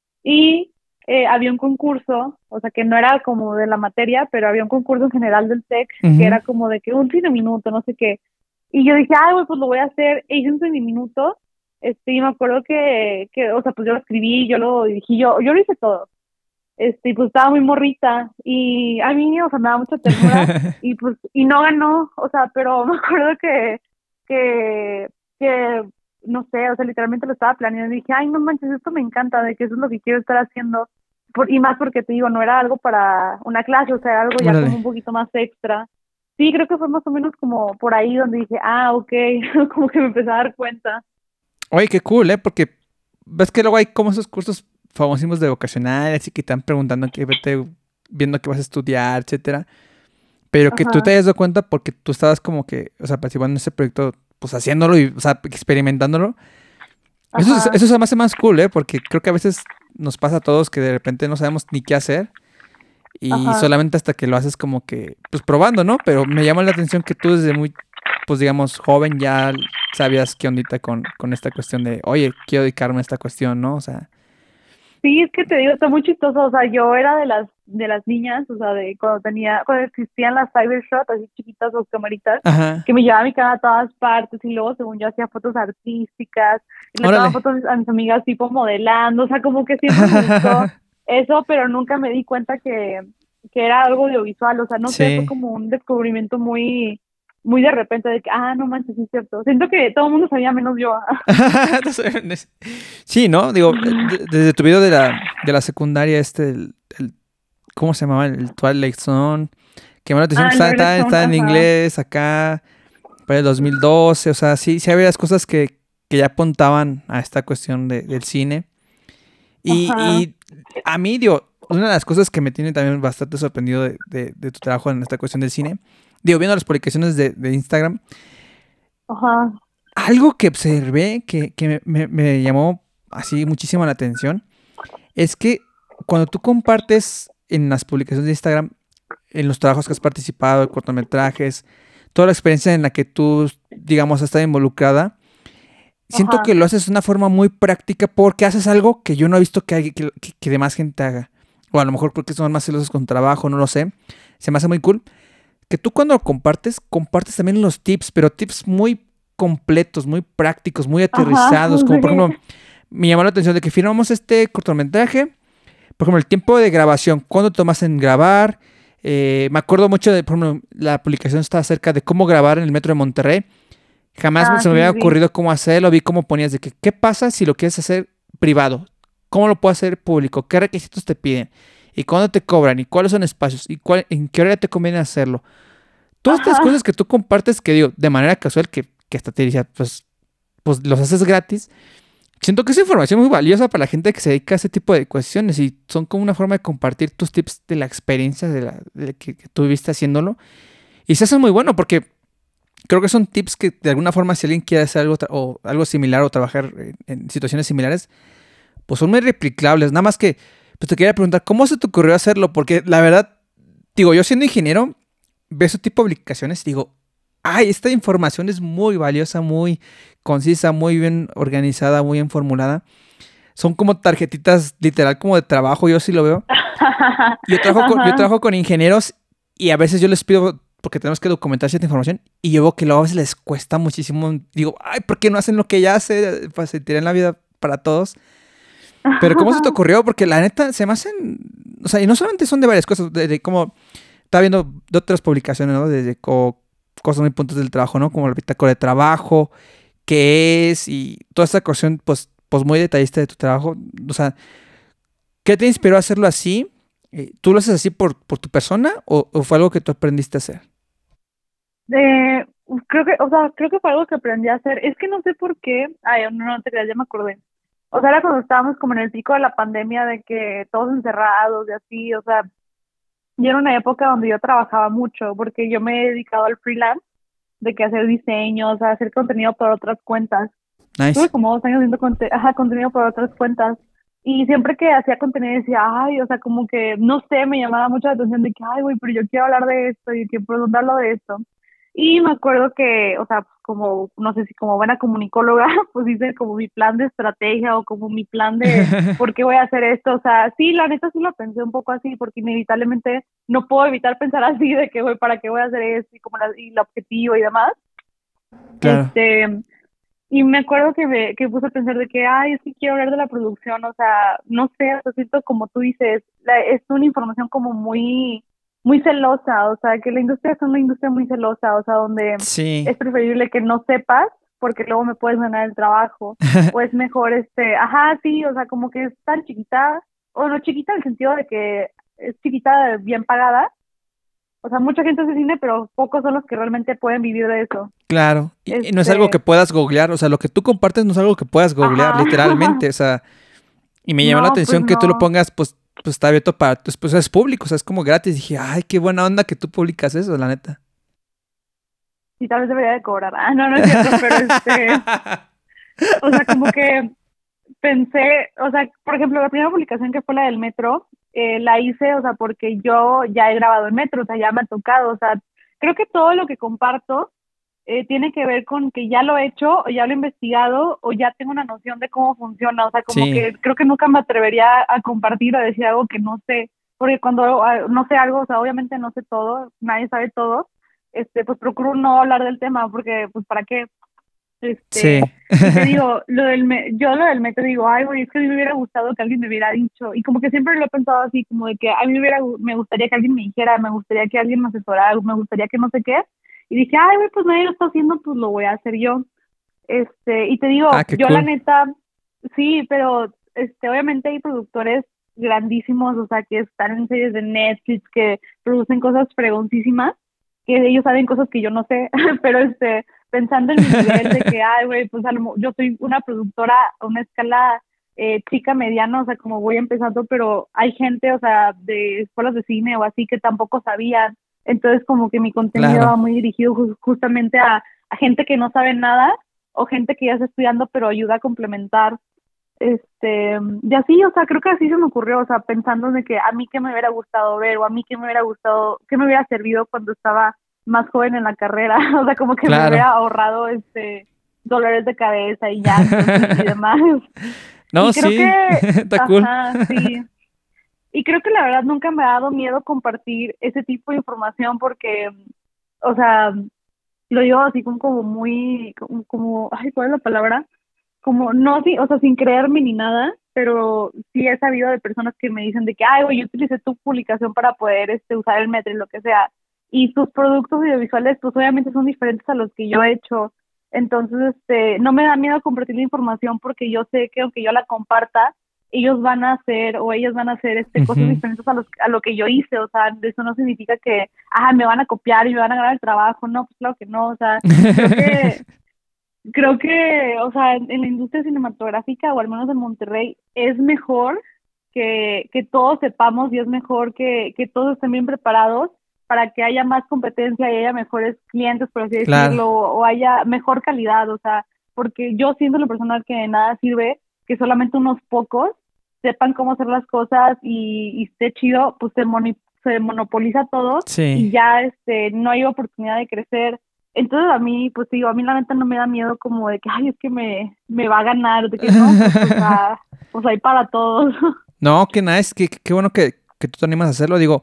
Y eh, había un concurso, o sea, que no era como de la materia, pero había un concurso en general del TEC que Ujú. era como de que un cine minuto, no sé qué. Y yo dije, ay, güey, pues lo voy a hacer. E hice un cine minuto. Este, y me acuerdo que, que, o sea, pues yo lo escribí, yo lo dirigí, yo, yo lo hice todo. Este, y pues estaba muy morrita. Y a mí, o sea, me daba mucha ternura. Y pues, y no ganó, o sea, pero me acuerdo que, que, que, no sé, o sea, literalmente lo estaba planeando. Y dije, ay, no manches, esto me encanta, de que eso es lo que quiero estar haciendo. Por, y más porque te digo, no era algo para una clase, o sea, era algo ya como Órale. un poquito más extra. Sí, creo que fue más o menos como por ahí donde dije, ah, ok, como que me empecé a dar cuenta. Oye, qué cool, ¿eh? Porque ves que luego hay como esos cursos famosísimos de vocacionales y que están preguntando que vete viendo qué vas a estudiar, etcétera. Pero que tú te Ajá, hayas dado cuenta porque tú estabas como que, o sea, participando en ese proyecto, pues haciéndolo y, o sea, experimentándolo. Eso, es- ajá, eso se me hace más cool, ¿eh? Porque creo que a veces nos pasa a todos que de repente no sabemos ni qué hacer y ajá. solamente hasta que lo haces como que, pues probando, ¿no? Pero me llama la atención que tú desde muy, pues digamos, joven ya sabías qué ondita con, con esta cuestión de, oye, quiero dedicarme a esta cuestión, ¿no? O sea, Sí, es que te digo, está muy chistoso, o sea, yo era de las de las niñas, o sea, de cuando tenía, cuando existían las Cybershot, así chiquitas, las camaritas, ajá, que me llevaba mi cara a todas partes y luego según yo hacía fotos artísticas y le tomaba órale. fotos a mis amigas tipo modelando, o sea, como que siempre me gustó eso, pero nunca me di cuenta que, que era algo audiovisual, o sea, no sé, fue Sí. como un descubrimiento muy, muy de repente de que, ah, no manches, sí es cierto. Siento que todo el mundo sabía menos yo. No sé, sí, ¿no? Digo, eh, de- desde tu video de la, de la secundaria, este, el, el- ¿cómo se llamaba? El Twilight Zone. Que me llamó la atención Ah, que el estaba, Twilight estaba, Zone, estaba en ajá, inglés acá, para el dos mil doce. O sea, sí, sí había las cosas que, que ya apuntaban a esta cuestión de- del cine. Y, ajá, y a mí, digo, una de las cosas que me tiene también bastante sorprendido de, de- de tu trabajo en esta cuestión del cine, digo, viendo las publicaciones de, de Instagram, ajá, algo que observé que, que me, me- me llamó así muchísimo la atención es que cuando tú compartes en las publicaciones de Instagram, en los trabajos que has participado, cortometrajes, toda la experiencia en la que tú, digamos, has estado involucrada, siento que ajá. lo haces de una forma muy práctica porque haces algo que yo no he visto que, hay- que, que, que demás gente haga. O a lo mejor porque son más celosos con trabajo, no lo sé. Se me hace muy cool. Que tú cuando lo compartes, compartes también los tips, pero tips muy completos, muy prácticos, muy Ajá, aterrizados. Como por sí. ejemplo, me llamó la atención de que firmamos este cortometraje. Por ejemplo, el tiempo de grabación, cuándo tomas en grabar. Eh, me acuerdo mucho de, por ejemplo, la publicación está acerca de cómo grabar en el metro de Monterrey. Jamás Ah, se me sí, había sí, sí. ocurrido cómo hacerlo. Vi cómo ponías de que, ¿qué pasa si lo quieres hacer privado? ¿Cómo lo puedo hacer público? ¿Qué requisitos te piden? ¿Y cuándo te cobran? ¿Y cuáles son espacios? ¿Y cuál, en qué hora te conviene hacerlo? Todas estas cosas Ajá, que tú compartes, que digo, de manera casual, que, que hasta te diría, pues, pues los haces gratis. Siento que es información muy valiosa para la gente que se dedica a ese tipo de cuestiones y son como una forma de compartir tus tips de la experiencia de la, de que, que tú viviste haciéndolo. Y se hace muy bueno porque creo que son tips que de alguna forma si alguien quiere hacer algo tra- o algo similar o trabajar en, en situaciones similares, pues son muy replicables. Nada más que, pues te quería preguntar, ¿cómo se te ocurrió hacerlo? Porque la verdad, digo, yo siendo ingeniero, veo ese tipo de publicaciones y digo, ay, esta información es muy valiosa, muy concisa, muy bien organizada, muy bien formulada. Son como tarjetitas literal como de trabajo, yo sí lo veo. Yo trabajo con, yo ajá, trabajo con ingenieros y a veces yo les pido, porque tenemos que documentar cierta información, y yo veo que luego a veces les cuesta muchísimo. Digo, ay, ¿por qué no hacen lo que ya hace para sentir en la vida para todos? Pero ¿cómo se te ocurrió? Porque la neta se me hacen, o sea, y no solamente son de varias cosas, de, de como estaba viendo de otras publicaciones, ¿no? Desde co- cosas muy puntos del trabajo, ¿no? Como la bitácora de trabajo, qué es y toda esta cuestión, pues, pues muy detallista de tu trabajo. O sea, ¿qué te inspiró a hacerlo así? Eh, ¿Tú lo haces así por, por tu persona o, o fue algo que tú aprendiste a hacer? Eh, creo que, o sea, creo que fue algo que aprendí a hacer. Es que no sé por qué. Ay, no, no te creas, ya me acordé. O sea, era cuando estábamos como en el pico de la pandemia, de que todos encerrados y así, o sea, y era una época donde yo trabajaba mucho, porque yo me he dedicado al freelance, de que hacer diseños, a hacer contenido por otras cuentas. Tuve Nice. como dos años haciendo conte ajá, contenido por otras cuentas. Y siempre que hacía contenido decía, ay, o sea, como que, no sé, me llamaba mucho la atención de que, ay, güey, pero yo quiero hablar de esto y que por dónde hablo de esto. Y me acuerdo que, o sea, pues, como, no sé si como buena comunicóloga, pues hice como mi plan de estrategia o como mi plan de por qué voy a hacer esto. O sea, sí, la neta sí lo pensé un poco así, porque inevitablemente no puedo evitar pensar así de que, güey, ¿para qué voy a hacer esto? Y como la, y el objetivo y demás. Claro. Este, y me acuerdo que me que puse a pensar de que, ay, es que quiero hablar de la producción, o sea, no sé, o sea, siento como tú dices, la, es una información como muy, muy celosa, o sea, que la industria es una industria muy celosa, o sea, donde Sí. es preferible que no sepas porque luego me puedes ganar el trabajo, o es mejor, este, ajá, sí, o sea, como que es tan chiquita, o no chiquita en el sentido de que es chiquita bien pagada, o sea, mucha gente hace cine, pero pocos son los que realmente pueden vivir de eso. Claro, y, y no es algo que Este, puedas googlear, o sea, lo que tú compartes no es algo que puedas googlear, ajá, literalmente, o sea, y me llamó la no, pues atención que tú lo no. pongas, pues, pues está abierto para, pues, pues es público, o sea, es como gratis. Dije, ay, qué buena onda que tú publicas eso, la neta. Sí, tal vez debería de cobrar. Ah, no, no es cierto, pero este, o sea, como que pensé, o sea, por ejemplo, la primera publicación que fue la del metro, eh, la hice, o sea, porque yo ya he grabado el metro, o sea, ya me ha tocado, o sea, creo que todo lo que comparto eh, tiene que ver con que ya lo he hecho, o ya lo he investigado, o ya tengo una noción de cómo funciona, o sea, como Sí, que creo que nunca me atrevería a compartir o decir algo que no sé, porque cuando ah, no sé algo, o sea, obviamente no sé todo, nadie sabe todo, este, pues procuro no hablar del tema, porque, pues, ¿para qué? sí, Este, y te digo, lo del me yo lo del metro digo, ay, güey, es que a mí me hubiera gustado que alguien me hubiera dicho, y como que siempre lo he pensado así, como de que a mí me hubiera, gu- me gustaría que alguien me dijera, me gustaría que alguien me asesorara, me gustaría que no sé qué, y dije, ay, güey, pues nadie lo está haciendo, pues lo voy a hacer yo. Este, y te ah, digo, qué yo la cool. neta, sí, pero este, obviamente hay productores grandísimos, o sea, que están en series de Netflix, que producen cosas fregoncísimas, que ellos saben cosas que yo no sé, pero este, pensando en mi nivel de que, ay, güey, pues a lo mo- yo soy una productora a una escala eh, chica, mediana, o sea, como voy empezando, pero hay gente, o sea, de escuelas de cine o así que tampoco sabían, entonces como que mi contenido Claro, va muy dirigido ju- justamente a, a gente que no sabe nada o gente que ya está estudiando pero ayuda a complementar. Este, y así, o sea, creo que así se me ocurrió, o sea, pensando de que a mí que me hubiera gustado ver o a mí que me hubiera gustado, que me hubiera servido cuando estaba más joven en la carrera, o sea, como que me claro. hubiera ahorrado este dolores de cabeza y llantos y, y demás. No, Y creo sí, que, está cool. ajá, sí. Y creo que la verdad nunca me ha dado miedo compartir ese tipo de información porque, o sea, lo digo así como, como muy, como, como, ay, ¿cuál es la palabra? Como, no, sí, o sea, sin creerme ni nada, pero sí he sabido de personas que me dicen de que, ay, güey, yo utilicé tu publicación para poder, este, usar el metro y lo que sea. Y sus productos audiovisuales, pues obviamente son diferentes a los que yo he hecho. Entonces, este, no me da miedo compartir la información porque yo sé que aunque yo la comparta, ellos van a hacer o ellas van a hacer este cosas Ujú. diferentes a los a lo que yo hice, o sea, eso no significa que ah, me van a copiar y me van a ganar el trabajo, no, pues claro que no, o sea, creo que creo que, o sea, en, en la industria cinematográfica o al menos en Monterrey es mejor que, que todos sepamos y es mejor que, que todos estén bien preparados para que haya más competencia y haya mejores clientes, por así Claro, decirlo, o, o haya mejor calidad, o sea, porque yo siento en lo personal que de nada sirve que solamente unos pocos sepan cómo hacer las cosas y, y esté chido, pues se, moni- se monopoliza todo sí. y ya este no hay oportunidad de crecer. Entonces a mí, pues digo, a mí la neta no me da miedo como de que, ay, es que me, me va a ganar, de que no, pues, o sea, pues hay para todos. No, qué nice, qué, qué bueno que, que tú te animas a hacerlo. Digo,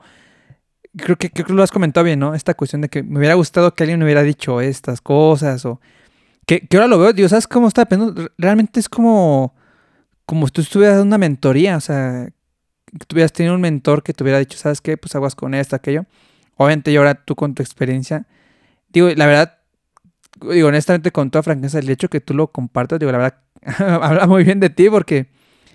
creo que, creo que lo has comentado bien, ¿no? Esta cuestión de que me hubiera gustado que alguien me hubiera dicho estas cosas o que, que ahora lo veo, digo, ¿sabes cómo está pensando? Re- Realmente es como, como si tú estuvieras dando una mentoría, o sea, que tuvieras tenido un mentor que te hubiera dicho, ¿sabes qué? Pues aguas con esto, aquello. Obviamente, y ahora tú con tu experiencia, digo, la verdad, digo, honestamente, con toda franqueza, el hecho que tú lo compartas, digo, la verdad, habla muy bien de ti porque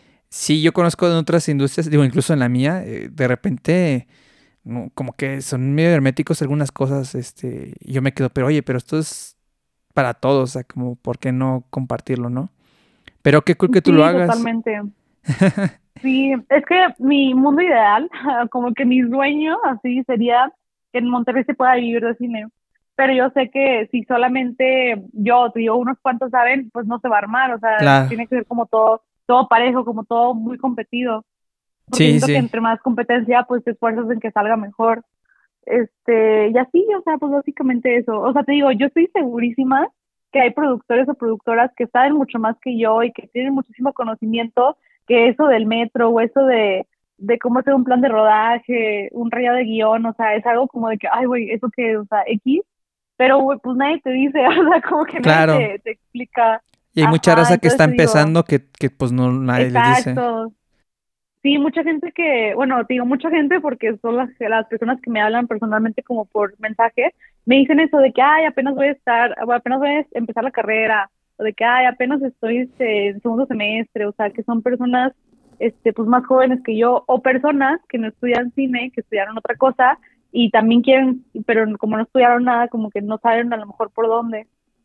sí, yo conozco en otras industrias, digo, incluso en la mía, eh, de repente, no, como que son medio herméticos algunas cosas, este, y yo me quedo, pero oye, pero esto es para todos, o sea, como, ¿por qué no compartirlo, no? Pero qué cool que tú Sí, lo hagas. totalmente. Sí, es que mi mundo ideal, como que mi sueño así sería que en Monterrey se pueda vivir de cine. Pero yo sé que si solamente yo, tú y yo, unos cuantos saben, pues no se va a armar. O sea, Claro. tiene que ser como todo, todo parejo, como todo muy competido. Porque Sí, siento que sí. entre más competencia, pues te esfuerzas en que salga mejor. Este, y así, o sea, pues básicamente eso. O sea, te digo, yo estoy segurísima que hay productores o productoras que saben mucho más que yo y que tienen muchísimo conocimiento que eso del metro o eso de, de cómo hacer un plan de rodaje, un rayado de guión, o sea, es algo como de que, ay, güey, eso que, o sea, X, pero, güey, pues nadie te dice, o sea, como que nadie Claro. te, te explica. Y hay mucha Ajá, raza que entonces está te digo, empezando que, que pues no nadie les dice. exacto. Sí, mucha gente que, bueno, te digo mucha gente porque son las, las personas que me hablan personalmente como por mensaje, me dicen eso de que, ay, apenas voy a estar, o apenas voy a empezar la carrera, o de que, ay, apenas estoy este, en segundo semestre, o sea, que son personas, este, pues más jóvenes que yo, o personas que no estudian cine, que estudiaron otra cosa, y también quieren, pero como no estudiaron nada, como que no saben a lo mejor por dónde.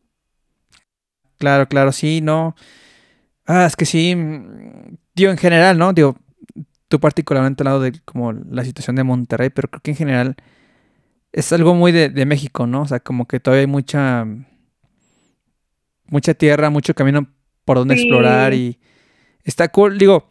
Claro, claro, sí, no. Ah, es que sí, mm, digo, en general, ¿no? Digo, tú particularmente al lado de como la situación de Monterrey, pero creo que en general es algo muy de, de México, ¿no? O sea, como que todavía hay mucha, mucha tierra, mucho camino por donde explorar Sí, y está cool. Digo,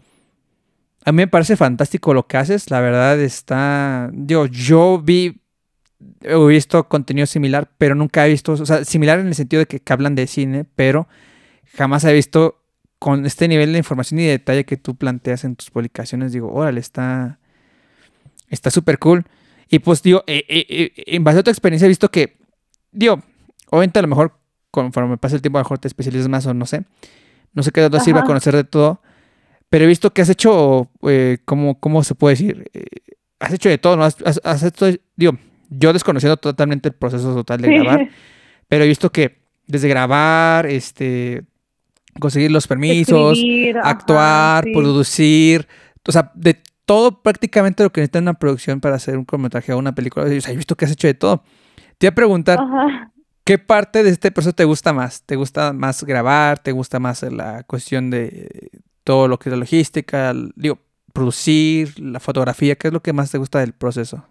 a mí me parece fantástico lo que haces, la verdad está, digo, yo vi, he visto contenido similar, pero nunca he visto, o sea, similar en el sentido de que, que hablan de cine, pero jamás he visto con este nivel de información y de detalle que tú planteas en tus publicaciones, digo, órale, está está súper cool. Y pues, digo, eh, eh, eh, en base a tu experiencia he visto que, digo, obviamente a lo mejor conforme pasa el tiempo a lo mejor te especializas más o no sé, no sé qué tanto sirva ajá. conocer de todo, pero he visto que has hecho, eh, ¿cómo, cómo se puede decir? Eh, has hecho de todo, ¿no? Has, has- has hecho, digo, yo desconociendo totalmente el proceso total de grabar, Sí, pero he visto que desde grabar, este, conseguir los permisos, escribir, ajá, actuar, sí. producir, o sea, de todo prácticamente lo que necesita una producción para hacer un cortometraje o una película. O sea, he visto que has hecho de todo. Te iba a preguntar, Ajá. ¿qué parte de este proceso te gusta más? ¿Te gusta más grabar? ¿Te gusta más la cuestión de todo lo que es la logística? l- Digo, producir, la fotografía, ¿qué es lo que más te gusta del proceso?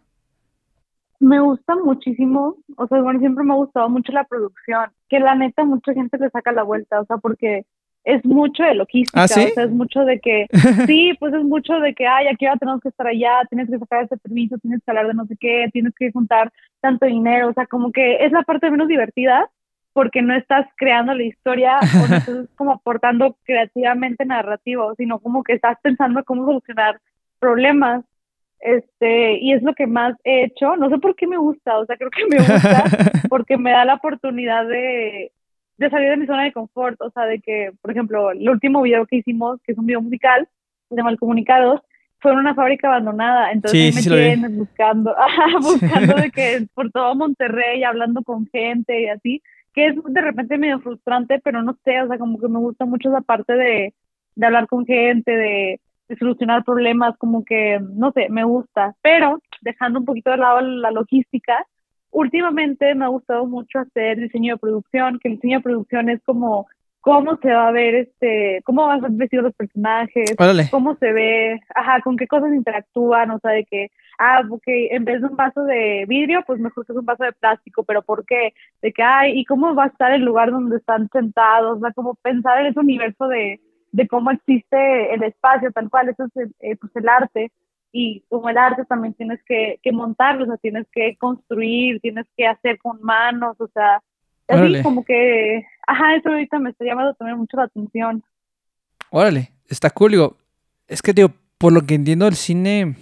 Me gusta muchísimo, o sea, bueno, siempre me ha gustado mucho la producción, que la neta mucha gente le saca la vuelta, o sea, porque es mucho de ¿Ah, logística, sí? o sea, es mucho de que, sí, pues es mucho de que, ay, aquí ahora tenemos que estar allá, tienes que sacar ese permiso, tienes que hablar de no sé qué, tienes que juntar tanto dinero, o sea, como que es la parte menos divertida, porque no estás creando la historia o no estás como aportando creativamente narrativo, sino como que estás pensando cómo solucionar problemas. Este, y es lo que más he hecho. No sé por qué me gusta, o sea, creo que me gusta porque me da la oportunidad de, de salir de mi zona de confort. O sea, de que, por ejemplo, el último video que hicimos, que es un video musical de Malcomunicados, fue en una fábrica abandonada. Entonces Sí, ahí sí, me sí lo vi. tienes buscando, ajá, buscando de que por todo Monterrey, hablando con gente y así, que es de repente medio frustrante, pero no sé, o sea, como que me gusta mucho esa parte de, de hablar con gente, de de solucionar problemas, como que, no sé, me gusta. Pero dejando un poquito de lado la logística, últimamente me ha gustado mucho hacer diseño de producción, que el diseño de producción es como cómo se va a ver este, cómo van a ser vestidos los personajes, Órale. cómo se ve, ajá, con qué cosas interactúan, o sea, de que, ah, ok, en vez de un vaso de vidrio, pues mejor que es un vaso de plástico, pero ¿por qué? De que, ay, ¿y cómo va a estar el lugar donde están sentados? O sea, como pensar en ese universo de de cómo existe el espacio tal cual, eso es el, eh, pues el arte, y como el arte también tienes que, que montarlo, o sea, tienes que construir, tienes que hacer con manos, o sea, así Órale. como que, ajá, eso ahorita me está llamando también mucho la atención. Órale. Está cool, digo. Es que, digo, por lo que entiendo, el cine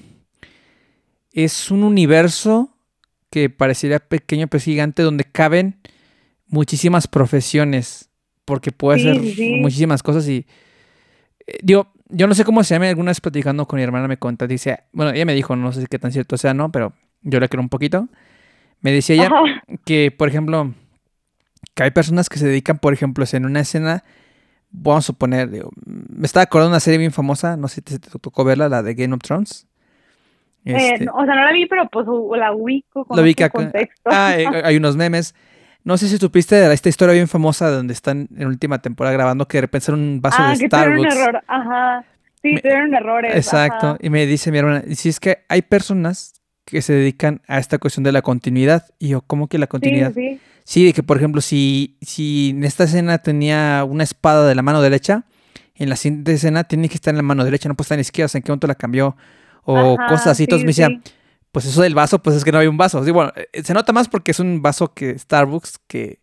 es un universo que parecería pequeño pero es gigante donde caben muchísimas profesiones porque puede Sí, hacer sí, sí, muchísimas cosas y eh, digo, yo no sé cómo se llama, alguna vez platicando con mi hermana me cuenta, dice, bueno, ella me dijo, no sé qué tan cierto sea, no, pero yo le creo un poquito. Me decía ella ajá, que, por ejemplo, que hay personas que se dedican, por ejemplo, si en una escena, vamos a suponer, digo, me estaba acordando de una serie bien famosa, no sé si te, te tocó verla, la de Game of Thrones. eh, no, Este, o sea, no la vi, pero pues u- la ubico, lo vi conozco que el acá- contexto. ah, eh, hay unos memes. No sé si supiste de esta historia bien famosa donde están en última temporada grabando que de repente era un vaso Ah, de que tuvieron un Starbucks. error, ajá. Sí, Me- tuvieron errores, Exacto. ajá. Y me dice mi hermana, y si es que hay personas que se dedican a esta cuestión de la continuidad. Y yo, ¿cómo que la Sí, sí, continuidad? sí. Sí, de que por ejemplo, si, si en esta escena tenía una espada de la mano derecha, en la siguiente escena tiene que estar en la mano derecha, no puede estar en la izquierda, o sea, ¿en qué momento la cambió? O cosas Ajá, así. Entonces me sí, decía, sí. pues eso del vaso, pues es que no hay un vaso. Sí, bueno, eh, se nota más porque es un vaso que Starbucks que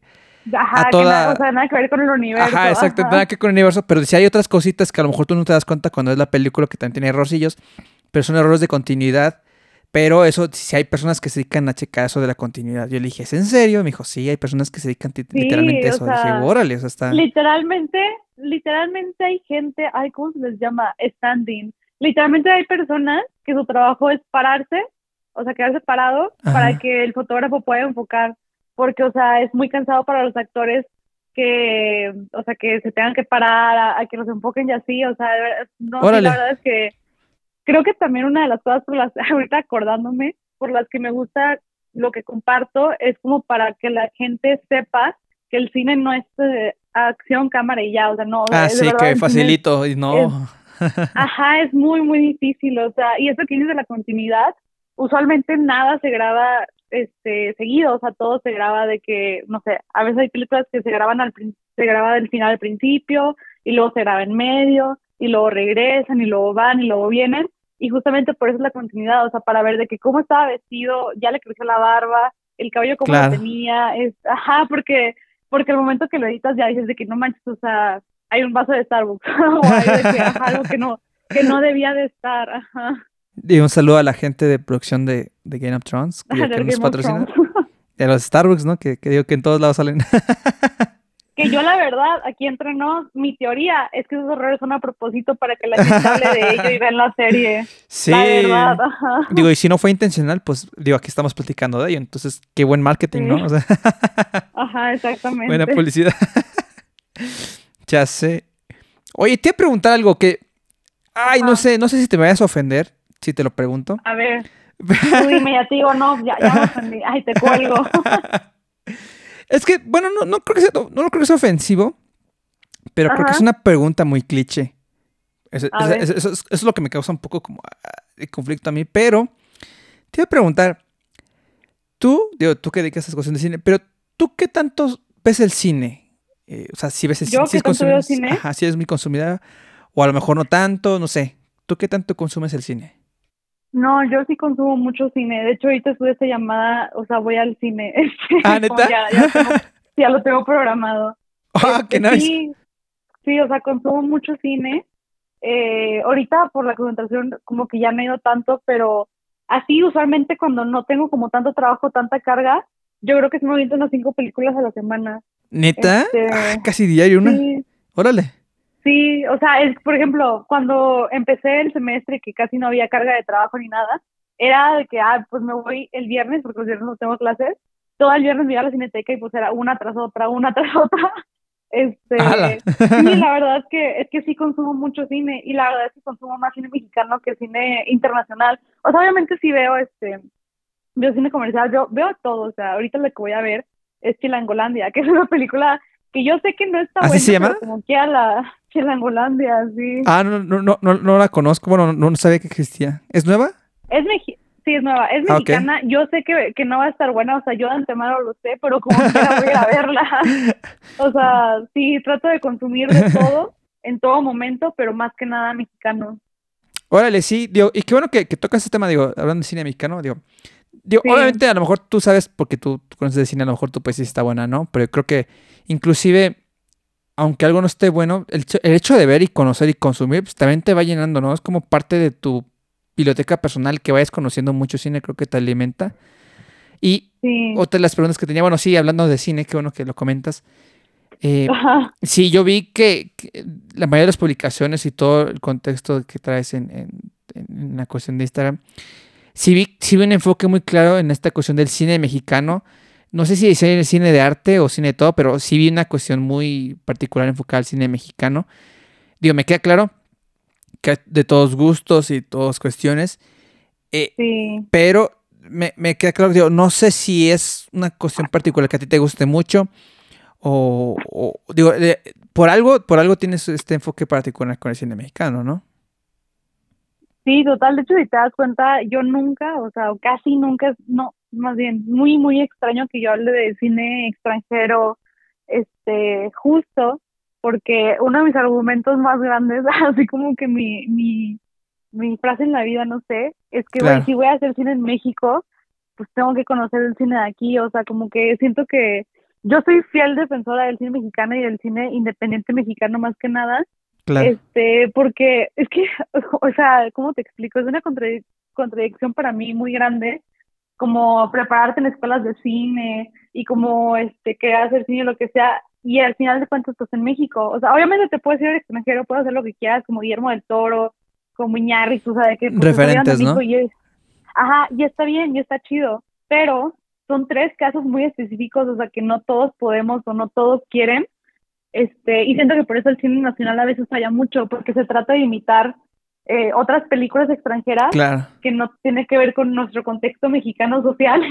a Ajá, que nada, o toda... sea, nada que ver con el Ajá, universo, exacto, nada ajá. que con el universo, pero si hay otras cositas que a lo mejor tú no te das cuenta cuando es la película que también tiene errorcillos, pero son errores de continuidad. Pero eso, si hay personas que se dedican a checar eso de la continuidad. Yo le dije, ¿es en serio? Me dijo, sí, hay personas que se dedican ti- literalmente Sí, a o eso. Dije, sea, órale, o sea, está... literalmente, literalmente hay gente, ay, ¿cómo se les llama? Standing. Literalmente hay personas que su trabajo es pararse, o sea, quedarse parado para Ajá. que el fotógrafo pueda enfocar, porque, o sea, es muy cansado para los actores que, o sea, que se tengan que parar, a, a que los enfoquen y así, o sea, de ver- no, sí, la Órale. verdad es que creo que también una de las cosas por las, ahorita acordándome, por las que me gusta lo que comparto, es como para que la gente sepa que el cine no es eh, acción, cámara y ya, o sea, no, o sea, Ah, de sí, verdad que el cine es, facilito. Y es, no. ajá, es muy, muy difícil, o sea, y eso que dices de la continuidad, usualmente nada se graba este seguido, o sea, todo se graba de que, no sé, a veces hay películas que se graban al prin- se graba del final al principio, y luego se graba en medio, y luego regresan, y luego van, y luego vienen, y justamente por eso es la continuidad, o sea, para ver de que cómo estaba vestido, ya le creció la barba, el cabello cómo lo Claro. tenía, es, ajá, porque, porque el momento que lo editas ya dices de que no manches, o sea, hay un vaso de Starbucks, o hay de que, ajá, algo que no, que no debía de estar, ajá, Y un saludo a la gente de producción de, de Game of Thrones, que, digo, que del nos Game of patrocina. Thrones. De los Starbucks, ¿no? Que, que digo que en todos lados salen. Que yo la verdad, aquí entre nos, mi teoría es que esos errores son a propósito para que la gente hable de ello y vean la serie. La verdad, Sí. ajá. Digo, y si no fue intencional, pues digo, aquí estamos platicando de ello. Entonces, qué buen marketing, Sí, ¿no? O sea, ajá, buena exactamente. publicidad. Ya sé. Oye, te voy a preguntar algo que... Ay, no Ajá. sé, no sé si te me vayas a ofender, si te lo pregunto. A ver, tú dime, ya te digo, no, ya, ya me ofendí. Ay, te cuelgo. Es que, bueno, no, no creo que sea, no, no creo que sea ofensivo, pero creo que es Ajá, una pregunta muy cliché. Eso, a eso- ver, eso- eso es, eso es lo que me causa un poco como ah, de conflicto a mí, pero te iba a preguntar, tú, digo, tú que dedicas a esas cosas de cine, pero tú qué tanto ves el cine? Eh, o sea, si ves el cine, yo si que es tanto veo consumidor, cine, ajá, si eres muy consumidora, o a lo mejor no tanto, no sé. ¿Tú qué tanto consumes el cine? no, yo sí consumo mucho cine. De hecho, ahorita estuve esta llamada, o sea, voy al cine, Ah, este, como ¿neta? ya, ya lo tengo, ya lo tengo programado. Ah, qué Este, nice. sí, sí, o sea, consumo mucho cine. Eh, ahorita por la concentración como que ya no he ido tanto, pero así usualmente cuando no tengo como tanto trabajo, tanta carga, yo creo que sí me aviento unas cinco películas a la semana. ¿Neta? Ah, Este, casi diario una. sí, Órale. sí, o sea, es, por ejemplo, cuando empecé el semestre que casi no había carga de trabajo ni nada, era de que, ah, pues me voy el viernes, porque los viernes no tengo clases, todo el viernes me iba a la cineteca y pues era una tras otra, una tras otra. ¡Hala! Este, sí, la verdad es que, es que sí consumo mucho cine y la verdad es que consumo más cine mexicano que cine internacional. O sea, obviamente sí veo, este, veo cine comercial, veo, veo todo, o sea, ahorita lo que voy a ver es Chilangolandia, que es una película que yo sé que no está ¿Así se buena, llama? pero como que a la Chilangolandia, sí. Ah, no, no, no, no, no la conozco. Bueno, no, no sabía que existía. ¿Es nueva? Es mexi sí, es nueva, es Ah, ok. mexicana, yo sé que, que no va a estar buena, o sea, yo de antemano lo sé, pero como quiera voy a ir a verla. O sea, sí, trato de consumir de todo, en todo momento, pero más que nada mexicano. Órale, sí, digo, y qué bueno que, que tocas este tema, digo, hablando de cine mexicano, digo, digo, Sí, obviamente a lo mejor tú sabes, porque tú, tú conoces de cine, a lo mejor tú pues sí está buena, ¿no? Pero creo que inclusive, aunque algo no esté bueno, el, hecho- el hecho de ver y conocer y consumir, pues también te va llenando, ¿no? Es como parte de tu biblioteca personal que vayas conociendo mucho cine, creo que te alimenta. Y sí, otra de las preguntas que tenía, bueno, sí, hablando de cine, qué bueno que lo comentas. Eh, ajá, sí, yo vi que, que la mayoría de las publicaciones y todo el contexto que traes en, en, en la cuestión de Instagram, sí vi, sí vi un enfoque muy claro en esta cuestión del cine mexicano. No sé si es el cine de arte o cine de todo, pero sí vi una cuestión muy particular enfocada al cine mexicano. Digo, me queda claro que hay de todos gustos y todas cuestiones, eh, sí, pero me, me queda claro, digo, no sé si es una cuestión particular que a ti te guste mucho o, o digo, eh, por algo, por algo tienes este enfoque particular con el cine mexicano, ¿no? Sí, total, de hecho, si te das cuenta, yo nunca, o sea, o casi nunca, no, más bien, muy, muy extraño que yo hable de cine extranjero, este, justo, porque uno de mis argumentos más grandes, así como que mi, mi, mi frase en la vida, no sé, es que, güey, Claro, si voy a hacer cine en México, pues tengo que conocer el cine de aquí, o sea, como que siento que yo soy fiel defensora del cine mexicano y del cine independiente mexicano más que nada, claro. este, porque es que, o sea, ¿cómo te explico? Es una contradic- contradicción para mí muy grande, como prepararte en escuelas de cine y como, este, que hacer cine, lo que sea, y al final de cuentas, pues en México, o sea, obviamente te puedes ir al extranjero, puedes hacer lo que quieras, como Guillermo del Toro, como Iñárritu, o sea, de que pues se salieron de Referentes, México ¿no? y es, ajá, y está bien, y está chido, pero son tres casos muy específicos, o sea, que no todos podemos o no todos quieren, este, y siento que por eso el cine nacional a veces falla mucho, porque se trata de imitar eh, otras películas extranjeras Claro. que no tiene que ver con nuestro contexto mexicano social.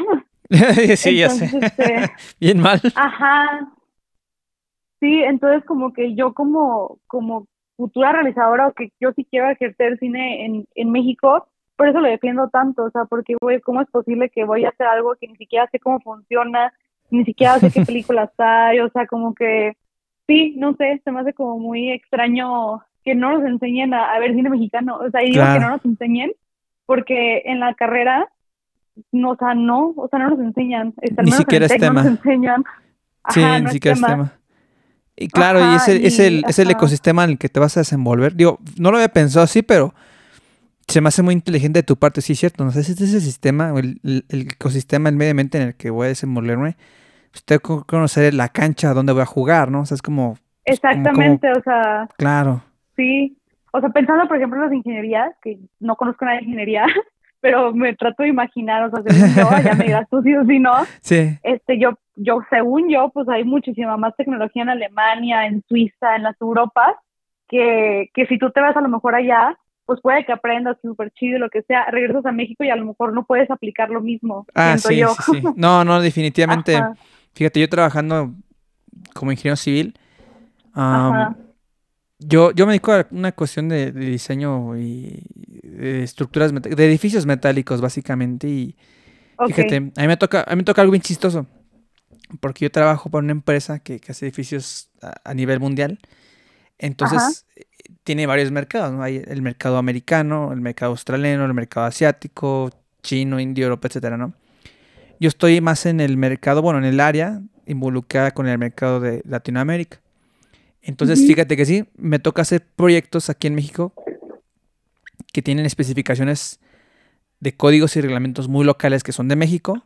Sí, ya sé. Entonces, este, Bien mal. ajá, sí, entonces como que yo como, como futura realizadora o que yo sí quiero ejercer cine en, en México, por eso lo defiendo tanto, o sea, porque güey, ¿cómo es posible que voy a hacer algo que ni siquiera sé cómo funciona, ni siquiera sé qué películas hay, o sea, como que sí, no sé, se me hace como muy extraño que no nos enseñen a, a ver cine mexicano, o sea, y digo que no Claro. nos enseñen porque en la carrera, no, o sea, no, o sea, no nos enseñan, este, al Ni menos en siquiera el es TEC no nos tema. enseñan, Sí, ajá, ni no es siquiera es tema. tema. Y claro, y es Ajá, el, es y, el, es el ajá, ecosistema en el que te vas a desenvolver. Digo, no lo había pensado así, pero se me hace muy inteligente de tu parte, sí, es cierto. No sé si este es el sistema, o el, el- el ecosistema, el medio ambiente en el que voy a desenvolverme. Pues tengo que conocer la cancha donde voy a jugar, ¿no? O sea, es como, pues, como, como, exactamente, o sea, claro. sí. O sea, pensando, por ejemplo, en las ingenierías, que no conozco nada de ingeniería, pero me trato de imaginar, o sea, según yo, ya me dirás tú sí o sí no, Sí, este, yo, yo, según yo, pues hay muchísima más tecnología en Alemania, en Suiza, en las Europas, que, que si tú te vas a lo mejor allá, pues puede que aprendas súper chido y lo que sea, regresas a México y a lo mejor no puedes aplicar lo mismo, ah, siento sí, yo. sí, sí. No, no, definitivamente. Ajá, Fíjate, yo trabajando como ingeniero civil, am, ajá, yo, yo me dedico a una cuestión de, de diseño y de estructuras, meta- de edificios metálicos, básicamente. Y ok, fíjate, a mí me toca, a mí me toca algo bien chistoso, porque yo trabajo para una empresa que, que hace edificios a, a nivel mundial. ajá, Entonces, eh, tiene varios mercados, ¿no? Hay el mercado americano, el mercado australiano, el mercado asiático, chino, indio, Europa, etcétera, ¿no? Yo estoy más en el mercado, bueno, en el área involucrada con el mercado de Latinoamérica. Entonces, ujú, fíjate que sí, me toca hacer proyectos aquí en México que tienen especificaciones de códigos y reglamentos muy locales que son de México.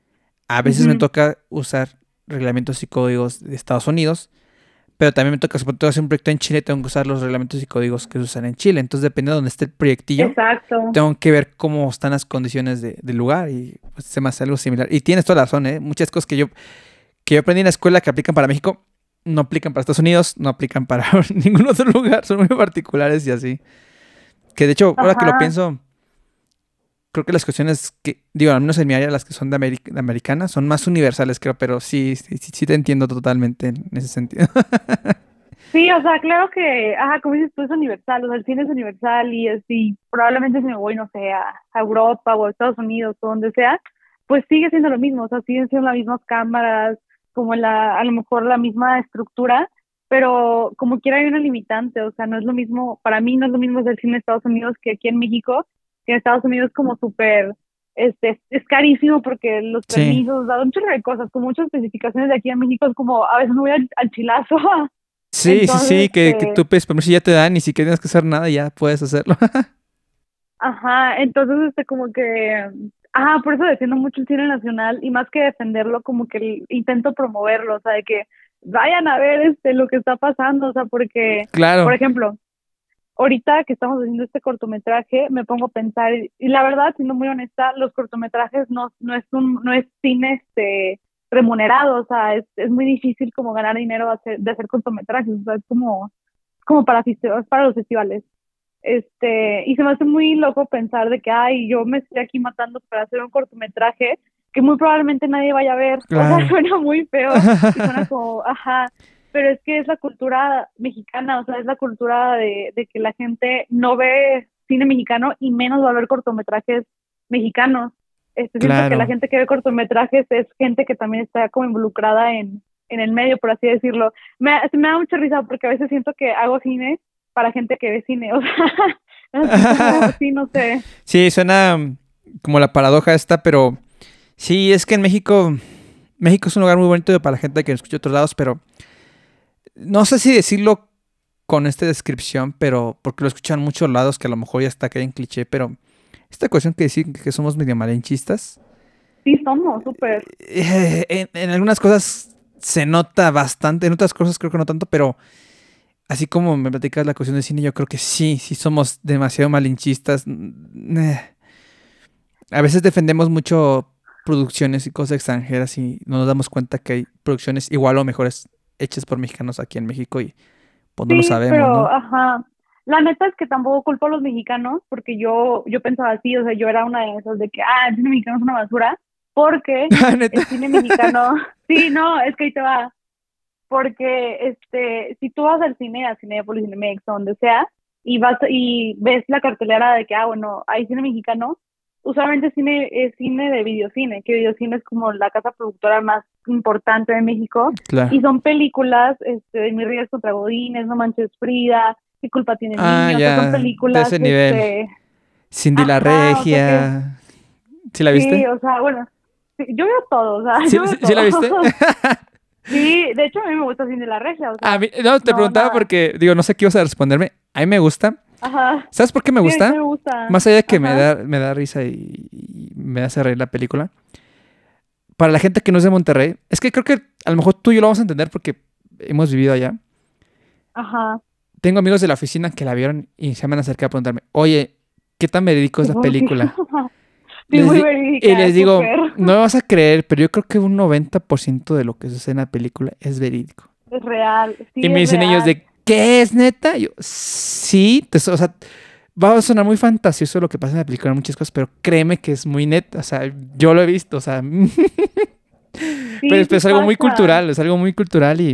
A veces me ujú. toca usar reglamentos y códigos de Estados Unidos, pero también me toca, si tengo que hacer un proyecto en Chile, tengo que usar los reglamentos y códigos que se usan en Chile. Entonces, depende de dónde esté el proyectillo, Exacto. tengo que ver cómo están las condiciones de- del lugar y pues, se me hace algo similar. Y tienes toda la razón, ¿eh? Muchas cosas que yo, que yo aprendí en la escuela que aplican para México, no aplican para Estados Unidos, no aplican para ningún otro lugar, son muy particulares y así. Que de hecho, ahora que lo Ajá. pienso, creo que las cuestiones que, digo, al menos en mi área, las que son de, Ameri- de americana, son más universales, creo, pero sí, sí, sí, sí te entiendo totalmente en ese sentido. Sí, o sea, claro que, ajá, como dices tú, es universal, o sea, el cine es universal y así, probablemente si me voy, no sé, a, a Europa o a Estados Unidos o donde sea, pues sigue siendo lo mismo, o sea, siguen siendo las mismas cámaras, como la, a lo mejor la misma estructura, pero como quiera hay una limitante, o sea, no es lo mismo, para mí no es lo mismo hacer cine en Estados Unidos que aquí en México, que en Estados Unidos como súper, este, es carísimo porque los Sí, permisos, da un chorro de cosas, con muchas especificaciones de aquí en México es como, a veces me voy al, al chilazo. sí, sí, sí, Entonces, que, que este, tú pides permiso y ya te dan, ni siquiera tienes que hacer nada, ya puedes hacerlo. ajá, entonces, este, como que, ajá, por eso defiendo mucho el cine nacional y más que defenderlo, como que el- intento promoverlo, o sea, de que vayan a ver, este, lo que está pasando, o sea, porque, por Claro, ejemplo, ahorita que estamos haciendo este cortometraje, me pongo a pensar, y, y la verdad, siendo muy honesta, los cortometrajes no, no es un, no es cine, este, remunerado, o sea, es, es muy difícil como ganar dinero de hacer, de hacer cortometrajes, o sea, es como, como para, festi- es para los festivales. Este, y se me hace muy loco pensar de que, ay, yo me estoy aquí matando para hacer un cortometraje que muy probablemente nadie vaya a ver. Claro. O sea, suena muy feo y suena como, ajá, pero es que es la cultura mexicana, o sea, es la cultura de, de que la gente no ve cine mexicano y menos va a ver cortometrajes mexicanos. Este, siento Claro. que la gente que ve cortometrajes es gente que también está como involucrada en, en el medio, por así decirlo. Me, me da mucha risa porque a veces siento que hago cine para gente que ve cine, o sea, así, como, sí, no sé. Sí, suena como la paradoja esta, pero sí, es que en México, México es un lugar muy bonito para la gente que escucha de otros lados, pero no sé si decirlo con esta descripción, pero porque lo escuchan en muchos lados, que a lo mejor ya está cae en cliché, pero esta cuestión que decir que somos medio malinchistas, Sí, somos, súper. eh, en, en algunas cosas se nota bastante, en otras cosas creo que no tanto, pero así como me platicas la cuestión del cine, yo creo que sí, sí somos demasiado malinchistas. Mm, eh. A veces defendemos mucho producciones y cosas extranjeras y no nos damos cuenta que hay producciones igual o mejores hechas por mexicanos aquí en México y pues no lo Sí, sabemos, pero, ¿no? ajá, la neta es que tampoco culpo a los mexicanos, porque yo, yo pensaba así, o sea, yo era una de esas de que, ah, el cine mexicano es una basura, porque Neta. el cine mexicano, sí, no, es que ahí te va, porque, este, si tú vas al cine, a Cinépolis, Cinemex, o donde sea, y vas, y ves la cartelera de que, ah, bueno, hay cine mexicano, usualmente cine es cine de videocine, que videocine es como la casa productora más importante de México, Claro. y son películas, este, de Mis Ríos contra Godínez, No Manches Frida, ¿Qué culpa tiene el Ah, niño? O sea, son ya, de películas, ese nivel. este, Cindy la ajá, o sea que, Regia. ¿Sí la sí, viste? o sea, bueno, sí, yo veo todo, o sea, ¿Sí, yo veo sí- sí la viste? todo. Sí, de hecho a mí me gusta Cindy la Regia, o A sea, mí, no, te no, preguntaba nada, porque, digo, no sé qué ibas a responderme. A mí me gusta. ajá, ¿Sabes por qué me sí, a mí gusta? me gusta, Más allá de que me ajá, da, me da risa y, y me hace reír la película. Para la gente que no es de Monterrey, es que creo que a lo mejor tú y yo lo vamos a entender porque hemos vivido allá. ajá, Tengo amigos de la oficina que la vieron y se me han acercado a preguntarme, oye, ¿qué tan verídico es la tipo, sí, película? sí, Les muy di- y verídica, les digo, súper, no me vas a creer, pero yo creo que un noventa por ciento de lo que sucede en la película es verídico. es real, Y sí, me es dicen ellos real, de, ¿qué es neta? Y yo, sí, te- o sea, va a sonar muy fantasioso lo que pasa en la película, muchas cosas, pero créeme que es muy neta, o sea, yo lo he visto, o sea, pero, sí, pero sí es algo muy pasa, cultural, es algo muy cultural y,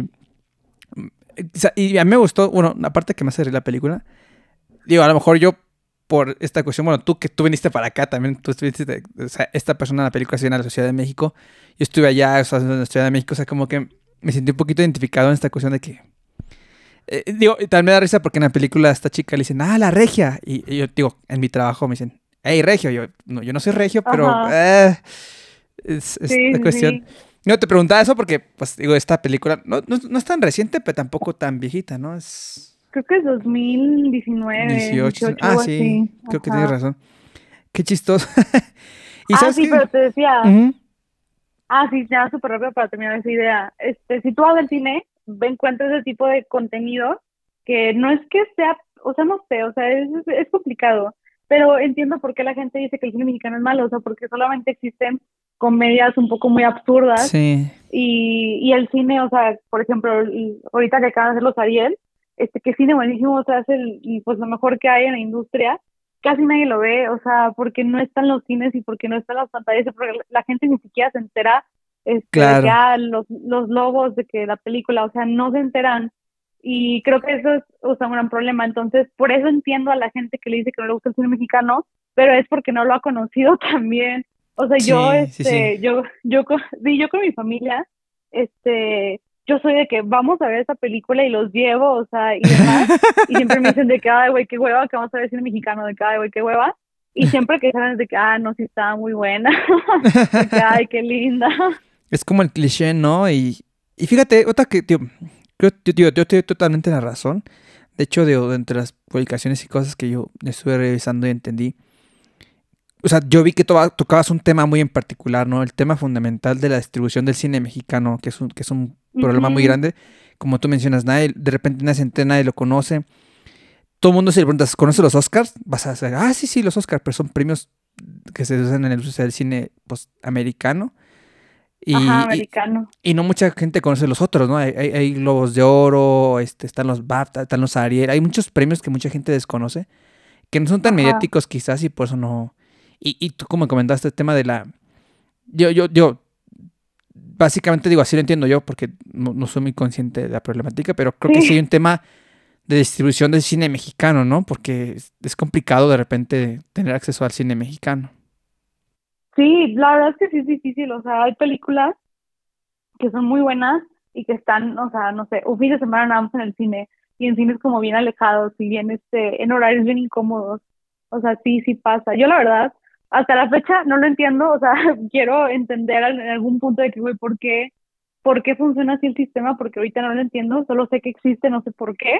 o sea, y a mí me gustó, bueno, aparte que me hace reír la película, digo, a lo mejor yo por esta cuestión, bueno, tú que tú viniste para acá también, tú estuviste, de- o sea, esta persona en la película se viene a la Ciudad de México, yo estuve allá, o sea, en la Ciudad de México, o sea, como que me sentí un poquito identificado en esta cuestión de que, eh, digo, y también me da risa porque en la película a esta chica le dicen, ah, la regia, y, y yo digo, en mi trabajo me dicen, hey, regio, yo no, yo no soy regio, pero ajá, eh, es, es sí, la sí, cuestión. sí. No, te preguntaba eso porque, pues, digo, esta película no, no, no es tan reciente, pero tampoco tan viejita, ¿no? Es Creo que es dos mil diecinueve, dieciocho. dieciocho, Ah, algo sí, así. creo que tienes Ajá. razón. Qué chistoso. ¿Y Ah, sabes sí, qué? pero te decía, Ujú. ah, sí, ya súper rápido para terminar esa idea. Este, si tú vas al cine, ve, encuentras ese tipo de contenido que no es que sea, o sea, no sé, o sea, es, es complicado, pero entiendo por qué la gente dice que el cine mexicano es malo, o sea, porque solamente existen comedias un poco muy absurdas Sí, y, y el cine, o sea, por ejemplo, el- ahorita que acaban de hacer los Ariel, este, que cine buenísimo, o sea, es el, y pues lo mejor que hay en la industria, casi nadie lo ve, o sea, porque no están los cines y porque no están las pantallas, y porque la gente ni siquiera se entera, este, de que, claro. ah, los, los logos de que la película, o sea, no se enteran, y creo que eso es, o sea, un gran problema, entonces, por eso entiendo a la gente que le dice que no le gusta el cine mexicano, pero es porque no lo ha conocido también, o sea, yo, Sí, sí, sí. este, yo, yo, co- sí, yo con mi familia, este, yo soy de que vamos a ver esta película y los llevo, o sea, y demás, y siempre me dicen de que, ay, güey, qué hueva, que vamos a ver cine mexicano, de que, ay, güey, qué hueva, y siempre que salen de que, ah, no, sí estaba muy buena, de que, ay, qué linda. Es como el cliché, ¿no? Y, y fíjate, otra que, tío, creo, tío, tío, yo estoy totalmente en la razón. De hecho, digo, entre las publicaciones y cosas que yo estuve revisando y entendí, o sea, yo vi que to- tocabas un tema muy en particular, ¿no? El tema fundamental de la distribución del cine mexicano, que es un, que es un problema muy Ujú, grande. Como tú mencionas, nadie, de repente nadie se entera, nadie lo conoce. Todo el mundo se le pregunta, ¿conoce los Oscars? Vas a decir, ah, sí, sí, los Oscars, pero son premios que se usan en el uso del cine pues, americano. ajá, Y, y, americano. y no mucha gente conoce los otros, ¿no? Hay, hay, hay Globos de Oro, este, están los BAFTA, están los Ariel, hay muchos premios que mucha gente desconoce. que no son tan Ajá. mediáticos quizás y por eso no... Y, y tú como comentaste el tema de la... Yo, yo, yo, básicamente digo, así lo entiendo yo porque no, no soy muy consciente de la problemática, pero creo que sí hay Sí, un tema de distribución del cine mexicano, ¿no? Porque es, es complicado de repente tener acceso al cine mexicano. sí, la verdad es que sí es difícil, o sea, hay películas que son muy buenas y que están, o sea, no sé, un fin de semana nada más en el cine y en cines como bien alejados y bien, este, en horarios bien incómodos. O sea, sí, sí pasa. Yo la verdad, hasta la fecha no lo entiendo, o sea, quiero entender al- en algún punto de que, güey, ¿por qué, por qué funciona así el sistema? Porque ahorita no lo entiendo, solo sé que existe, no sé por qué.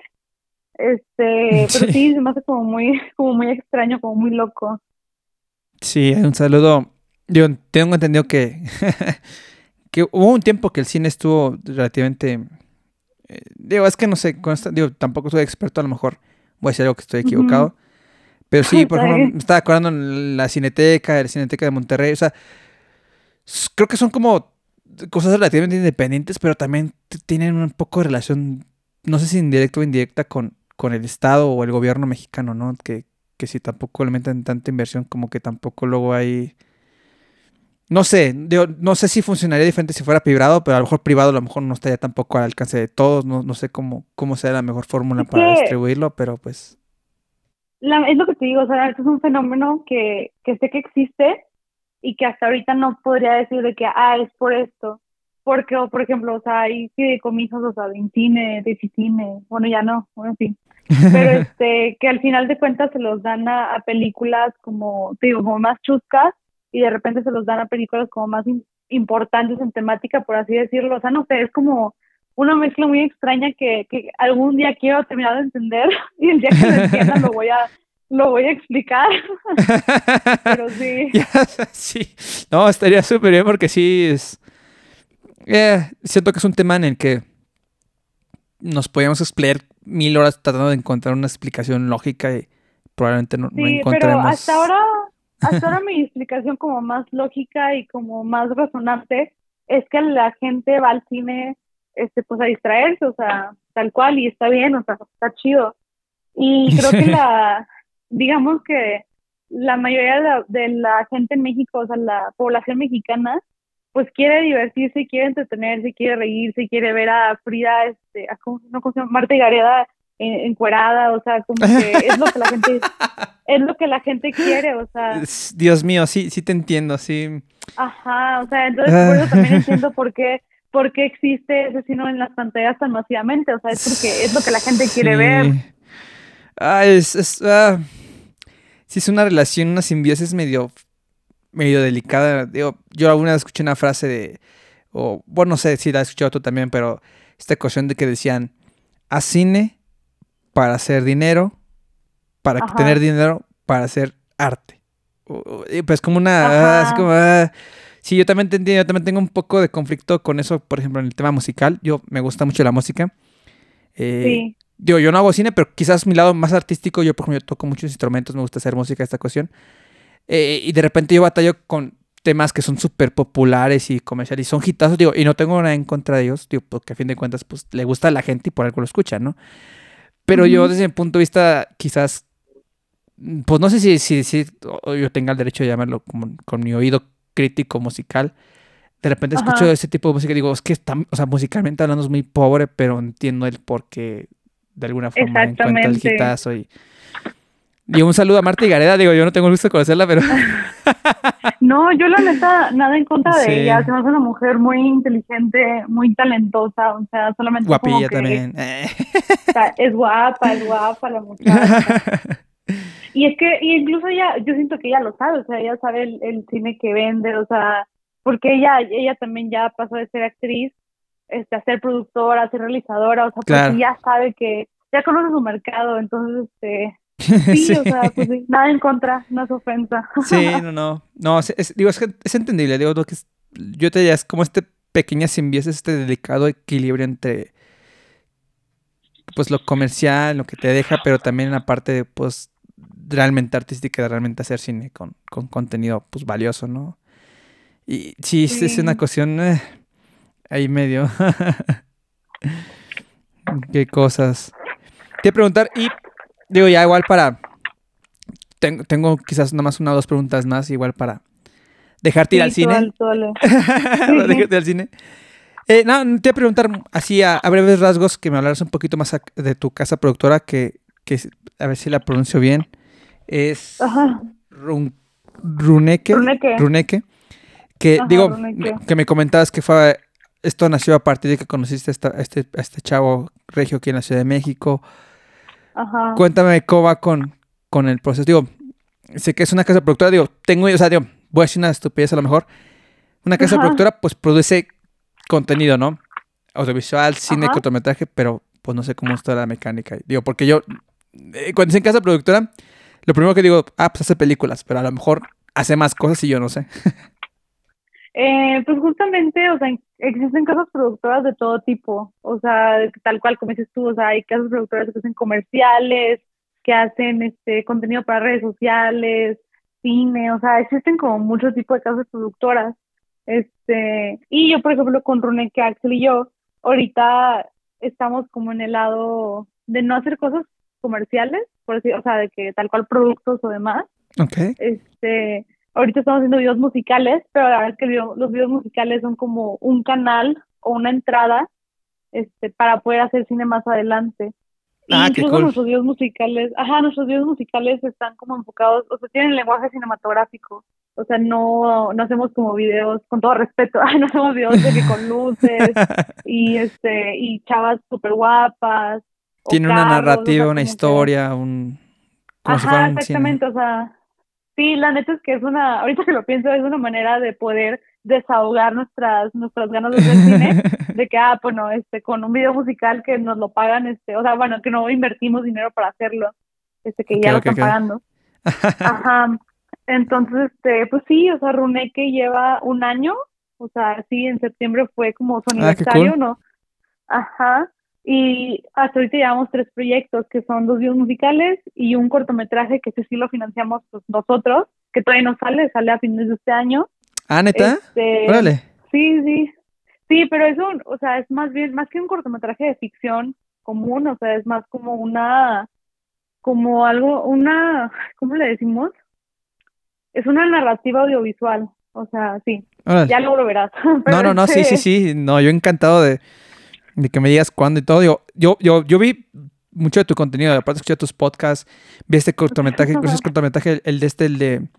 Este, pero Sí. sí, se me hace como muy, como muy extraño, como muy loco. Sí, un saludo. Yo tengo entendido que, que hubo un tiempo que el cine estuvo relativamente... eh, digo, es que no sé, con esta- digo, tampoco soy experto, a lo mejor voy a decir algo que estoy Ujú. equivocado. Pero sí, por Está ejemplo, me bien. estaba acordando en la Cineteca, la Cineteca de Monterrey, o sea, s- creo que son como cosas relativamente independientes, pero también t- tienen un poco de relación, no sé si indirecta o indirecta, con, con el Estado o el gobierno mexicano, ¿no? Que, que si tampoco le meten tanta inversión, como que tampoco luego hay... No sé, digo, no sé si funcionaría diferente si fuera privado, pero a lo mejor privado a lo mejor no estaría tampoco al alcance de todos, no, no sé cómo, cómo sea la mejor fórmula Es para que distribuirlo, pero pues... la, es lo que te digo, o sea, esto es un fenómeno que, que sé que existe y que hasta ahorita no podría decir de que, ah, es por esto. Porque, o, por ejemplo, o sea, hay fideicomisos, o sea, de Incine, de Cine, bueno, ya no, bueno, sí. Pero este, que al final de cuentas se los dan a, a películas como, te digo, como más chuscas y de repente se los dan a películas como más im- importantes en temática, por así decirlo. O sea, no sé, es como una mezcla muy extraña que, que algún día quiero terminar de entender y el día que lo entienda lo voy a, lo voy a explicar. Pero sí, Ya, sí, no, estaría súper bien porque sí es... eh, siento que es un tema en el que nos podíamos explayar mil horas tratando de encontrar una explicación lógica y probablemente no, no sí, pero hasta encontremos... ahora, hasta ahora mi explicación como más lógica y como más razonable es que la gente va al cine, este, pues a distraerse, o sea, tal cual, y está bien, o sea, está chido. Y creo que la, digamos que la mayoría de la, de la gente en México, o sea, la población mexicana, pues quiere divertirse, quiere entretenerse, quiere reírse, quiere ver a Frida, este, a, ¿cómo, no, cómo se llama? Marta y Gareda eh, encuerada, o sea, como que es lo que la gente, es lo que la gente quiere, o sea, Es- Dios mío, sí, sí te entiendo, sí. ajá, o sea, entonces por eso también Ah, entiendo por qué, por qué existe ese cine en las pantallas tan masivamente, o sea, es porque es lo que la gente quiere ver. sí. Ah, es, es, ah, sí es una relación, una simbiosis medio, medio delicada. Digo, yo alguna vez escuché una frase de, o bueno, no sé si la has escuchado tú también, pero esta cuestión de que decían, haz cine para hacer dinero, para tener Ajá, dinero, para hacer arte. O- o- y pues como una, ah, así como, ajá, ah, sí, yo también te entiendo, yo también tengo un poco de conflicto con eso, por ejemplo, en el tema musical. Yo me gusta mucho la música. Eh, sí. digo, yo no hago cine, pero quizás mi lado más artístico, yo por ejemplo, yo toco muchos instrumentos, me gusta hacer música, esta cuestión. Eh, y de repente yo batallo con temas que son súper populares y comerciales y son hitazos, digo, y no tengo nada en contra de ellos, digo, porque a fin de cuentas, pues le gusta a la gente y por algo lo escucha, ¿no? Pero yo Ujú. desde mi punto de vista, quizás, mm, pues no sé si, si, si o- yo tenga el derecho de llamarlo como, con mi oído crítico musical. De repente escucho Ajá, ese tipo de música y digo, es que está, o sea, musicalmente hablando es muy pobre, pero entiendo el por qué de alguna forma encuentra el exactamente. hitazo y... Y un saludo a Marta y Gareda, digo, yo no tengo el gusto de conocerla, pero No, yo la neta, nada en contra de ella. sí, Se me hace una mujer muy inteligente, muy talentosa. O sea, solamente es como guapilla que también. Eh. está- es guapa, es guapa la muchacha. Y es que, y incluso ella, yo siento que ella lo sabe, o sea, ella sabe el, el cine que vende, o sea, porque ella, ella también ya pasó de ser actriz, este, a ser productora, a ser realizadora, o sea, porque Claro. ya sabe que, ya conoce su mercado, entonces, este, sí, Sí. o sea, pues sí, nada en contra, no es ofensa. Sí, no, no. No, es, es- digo, es, que es entendible. Digo, lo que es- yo te diría, es como este pequeña simbiosis, este delicado equilibrio entre, pues, lo comercial, lo que te deja, pero también la parte de, pues, realmente artística, de realmente hacer cine con, con contenido, pues, valioso, ¿no? Y sí, es es una Sí, cuestión eh, ahí medio. Qué cosas. Te iba a preguntar, y digo, ya igual para tengo, tengo quizás nomás una o dos preguntas más, igual para dejarte ir al Sí, cine. tú dale, Para dejarte ir al cine. Eh, no, te voy a preguntar así a, a breves rasgos que me hablaras un poquito más ac- de tu casa productora, que, que es- a ver si la pronuncio bien. Es Ajá, Run- Runeke, Runeque. Runeke, que Ajá, digo, Runeque. que me comentabas que fue, esto nació a partir de que conociste a, esta- a este, a este chavo regio aquí en la Ciudad de México. Ajá, Cuéntame cómo va con, con el proceso. Digo, sé que es una casa productora, digo, tengo, o sea, digo, voy a decir una estupidez a lo mejor. Una casa ajá, productora, pues produce contenido, ¿no? Audiovisual, cine, ajá. cortometraje, pero pues no sé cómo está la mecánica. Digo, porque yo, eh, cuando dicen casa productora, lo primero que digo, ah, pues hace películas, pero a lo mejor hace más cosas y yo no sé. Eh, pues justamente, o sea, existen casas productoras de todo tipo, o sea, tal cual como dices tú, o sea, hay casas productoras que hacen comerciales, que hacen este contenido para redes sociales, cine, o sea, existen como muchos tipos de casas productoras. Este, y yo, por ejemplo, con Runeque, Axel y yo, ahorita estamos como en el lado de no hacer cosas comerciales, por decir, o sea, de que tal cual productos o demás. Ok. Este, ahorita estamos haciendo videos musicales, pero la verdad es que el video- los videos musicales son como un canal o una entrada, este, para poder hacer cine más adelante. Y Ah, qué incluso cool. nuestros videos musicales, ajá, nuestros videos musicales están como enfocados, o sea, tienen lenguaje cinematográfico. O sea, no, no hacemos como videos, con todo respeto, no hacemos videos de que con luces y este, y chavas súper guapas o Tiene una carros, o sea, narrativa, una como que, historia, un... como si fuera ajá, un cine. exactamente, o sea, sí, la neta es que es una, ahorita que lo pienso, es una manera de poder desahogar nuestras, nuestras ganas de hacer cine, de que, ah, bueno, este, con un video musical que nos lo pagan, este, o sea, bueno, que no invertimos dinero para hacerlo, este, que Ok, ya lo ok, están ok. pagando. Ajá, entonces, este, pues sí, o sea, Runeque lleva un año, o sea, sí, en septiembre fue como su Ah, qué cool. aniversario, ¿no? Ajá. Y hasta ahorita llevamos tres proyectos, que son dos videos musicales y un cortometraje que ese sí lo financiamos pues, nosotros, que todavía no sale, sale a fines de este año. Ah, ¿neta? Este, Órale. sí, sí, sí, pero eso, o sea, es más bien, más que un cortometraje de ficción común, o sea, es más como una, como algo, una, ¿cómo le decimos? Es una narrativa audiovisual, o sea, sí, Órale. ya luego lo verás, No, pero no, no, sí, sí, este, sí. No, yo encantado de, de que me digas cuándo y todo. Digo, yo, yo, yo vi mucho de tu contenido, aparte escuché tus podcasts, vi este cortometraje, incluso es cortometraje, el, el de este, el de,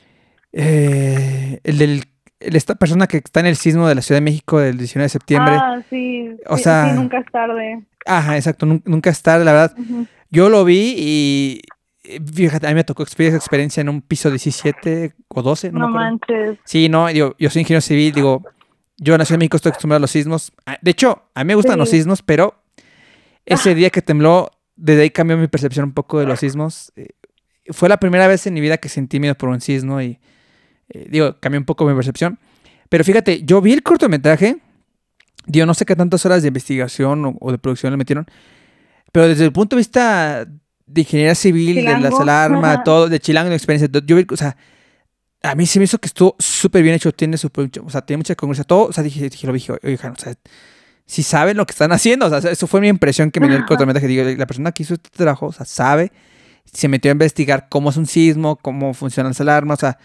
eh, el del, el esta persona que está en el sismo de la Ciudad de México del diecinueve de septiembre. ah, sí, O sí, sí, sea, nunca es tarde. ajá, exacto, nun- nunca es tarde, la verdad. Ujú. Yo lo vi y, eh, fíjate, a mí me tocó exper- esa experiencia en un piso diecisiete o doce, no me No acuerdo. manches. Sí, no, digo, yo soy ingeniero civil, digo, yo en la Ciudad de México estoy acostumbrado a los sismos. Ah, de hecho, a mí me gustan los Sí. sismos, pero ese Ah, día que tembló, desde ahí cambió mi percepción un poco de los sismos. Eh, fue la primera vez en mi vida que sentí miedo por un sismo y, eh, digo, cambió un poco mi percepción. Pero fíjate, yo vi el cortometraje, digo, no sé qué tantas horas de investigación o, o de producción le metieron, pero desde el punto de vista de ingeniería civil, de las Chilango. alarmas, todo, de Chilango, de experiencia, de- yo vi, o sea, a mí se me hizo que estuvo súper bien hecho, tiene súper, o sea, tiene mucha congruencia, todo, o sea, dije, dije, lo dije, oigan, o sea, si saben lo que están haciendo, o sea, eso fue mi impresión que me dio el cortometraje, digo, la persona que hizo este trabajo, o sea, sabe, se metió a investigar cómo es un sismo, cómo funcionan las alarmas, o sea,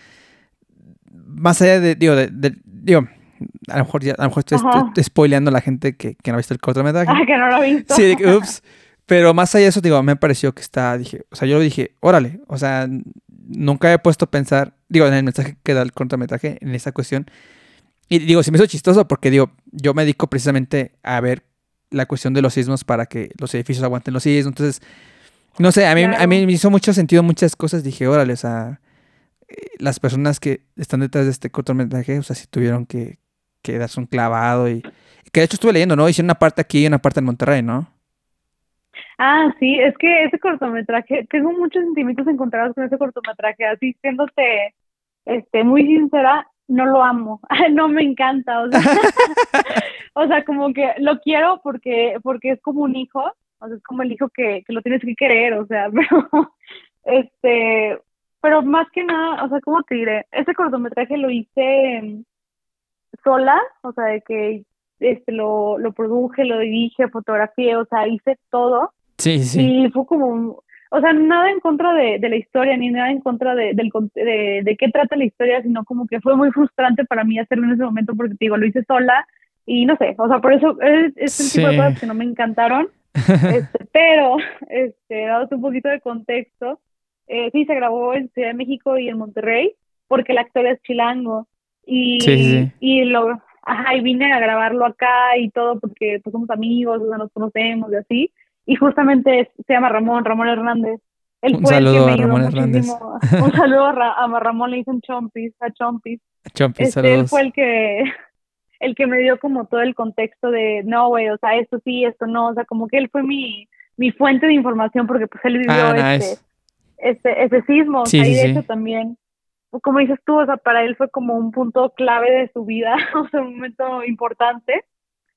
más allá de, digo, de, de- digo, a lo mejor ya, a lo mejor estoy, estoy- Ajá. estoy spoileando a la gente que, que no ha visto el cortometraje, Ah, que no lo he visto. sí, de que, ups, pero más allá de eso, digo, me pareció que está, dije, o sea, yo lo dije, órale, o sea, n- nunca he puesto a pensar, digo, en el mensaje que da el cortometraje, en esa cuestión, y digo, se me hizo chistoso porque, digo, yo me dedico precisamente a ver la cuestión de los sismos para que los edificios aguanten los sismos, entonces, no sé, a mí, a mí Claro. me hizo mucho sentido muchas cosas, dije, órale, o sea, eh, las personas que están detrás de este cortometraje, o sea, si tuvieron que, que darse un clavado y, que de hecho estuve leyendo, ¿no? Hicieron una parte aquí y una parte en Monterrey, ¿no? Ah, sí, es que ese cortometraje, tengo muchos sentimientos encontrados con ese cortometraje, así siéndote, este, muy sincera, no lo amo, no me encanta, o sea, o sea, como que lo quiero porque, porque es como un hijo, o sea, es como el hijo que, que lo tienes que querer, o sea, pero, este, pero más que nada, o sea, ¿cómo te diré? Ese cortometraje lo hice sola, o sea, de que este lo, lo produje, lo dirige, fotografié, o sea, hice todo Sí, sí. y fue como, o sea, nada en contra de, de la historia, ni nada en contra de, del, con- de, de qué trata la historia, sino como que fue muy frustrante para mí hacerlo en ese momento porque, te digo, lo hice sola y no sé, o sea, por eso es, es el tipo de Sí. cosas que no me encantaron, este, pero, este, dados un poquito de contexto, eh, sí se grabó en Ciudad de México y en Monterrey, porque el actor es chilango, Sí, sí, y, sí. y lo, ajá, y vine a grabarlo acá y todo porque pues somos amigos, o sea, nos conocemos y así, y justamente es- se llama Ramón, Ramón Hernández. Él Un fue el que saludo me a ayudó Ramón Hernández. muchísimo. Un saludo a, Ra- a Ramón, le dicen Chompis, a Chompis. Chompi, Este, él fue saludos. el que, el que me dio como todo el contexto de, no, güey, o sea, esto sí, esto no, o sea, como que él fue mi, mi fuente de información porque pues él Ah, vivió este, nice. este, ese sismo, o Sí, sea, y sí, de hecho sí. también, pues, como dices tú, o sea, para él fue como un punto clave de su vida, o sea, un momento importante,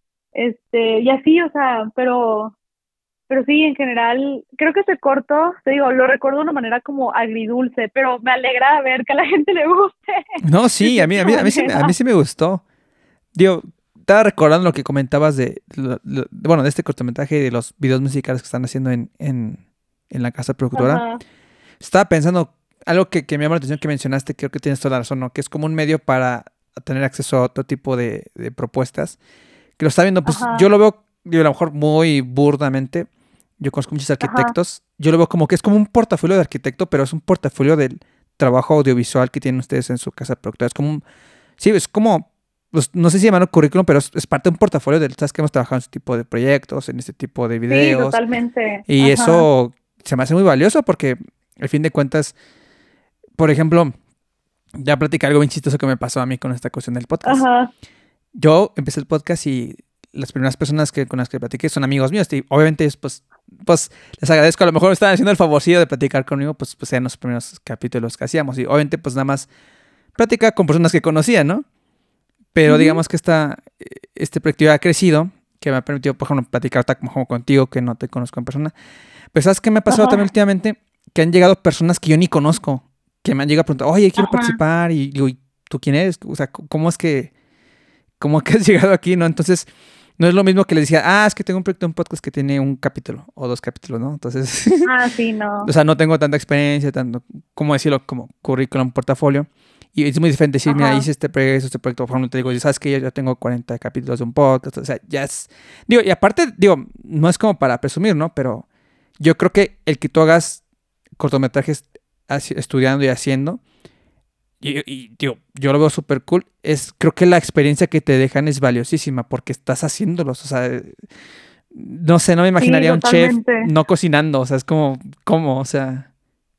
este, y así, o sea, pero, pero sí, en general, creo que ese corto, te digo, lo recuerdo de una manera como agridulce, pero me alegra ver que a la gente le guste, No, de sí, a mí, a cierta mí, a mí sí, me- a mí manera. sí me gustó. Digo, estaba recordando lo que comentabas de, lo- lo- bueno, de este cortometraje y de los videos musicales que están haciendo en, en, en la casa productora. Ajá, Estaba pensando, algo que, que me llamó la atención que mencionaste, creo que tienes toda la razón, ¿no? Que es como un medio para tener acceso a otro tipo de, de propuestas. Que lo está viendo, pues yo ajá, lo veo, digo, a lo mejor muy burdamente. Yo conozco muchos ajá, arquitectos. Yo lo veo como que es como un portafolio de arquitecto, pero es un portafolio del trabajo audiovisual que tienen ustedes en su casa productora. Es como un, sí, es como, pues, no sé si llamarlo currículum, pero es, es parte de un portafolio del, sabes que hemos trabajado en este tipo de proyectos, en este tipo de sí, videos. totalmente, Y ajá, eso se me hace muy valioso porque, al fin de cuentas, por ejemplo, ya platicar algo bien chistoso que me pasó a mí con esta cuestión del podcast. ajá, Yo empecé el podcast y las primeras personas que, con las que platiqué son amigos míos. Y obviamente, ellos, pues, pues les agradezco. A lo mejor me estaban haciendo el favorcillo de platicar conmigo, pues, pues eran los primeros capítulos que hacíamos. Y obviamente, pues nada más platicar con personas que conocía, ¿no? Pero ujú, digamos que esta, este proyecto ya ha crecido, que me ha permitido, por ejemplo, platicar ahorita como contigo, que no te conozco en persona. Pero ¿sabes qué me ha pasado también ajá, últimamente? Que han llegado personas que yo ni conozco, que me han llegado a preguntar, oye, quiero ajá, participar. Y digo, ¿y tú quién eres? O sea, ¿cómo es que, cómo que has llegado aquí, no? Entonces, no es lo mismo que les decía, ah, es que tengo un proyecto, un podcast que tiene un capítulo o dos capítulos, ¿no? Entonces, ah, sí, o no, sea, no tengo tanta experiencia, tanto, ¿cómo decirlo? Como currículum, portafolio. Y es muy diferente decir, mira, ajá, hice este proyecto, este proyecto, por ejemplo, te digo, ¿sabes que Yo ya tengo cuarenta capítulos de un podcast, o sea, ya es... Digo, y aparte, digo, no es como para presumir, ¿no? Pero yo creo que el que tú hagas cortometrajes haci- estudiando y haciendo, y, y, digo, yo lo veo súper cool, es, creo que la experiencia que te dejan es valiosísima porque estás haciéndolos, o sea, no sé, no me sí, imaginaría un chef totalmente. no cocinando, o sea, es como, ¿cómo? O sea,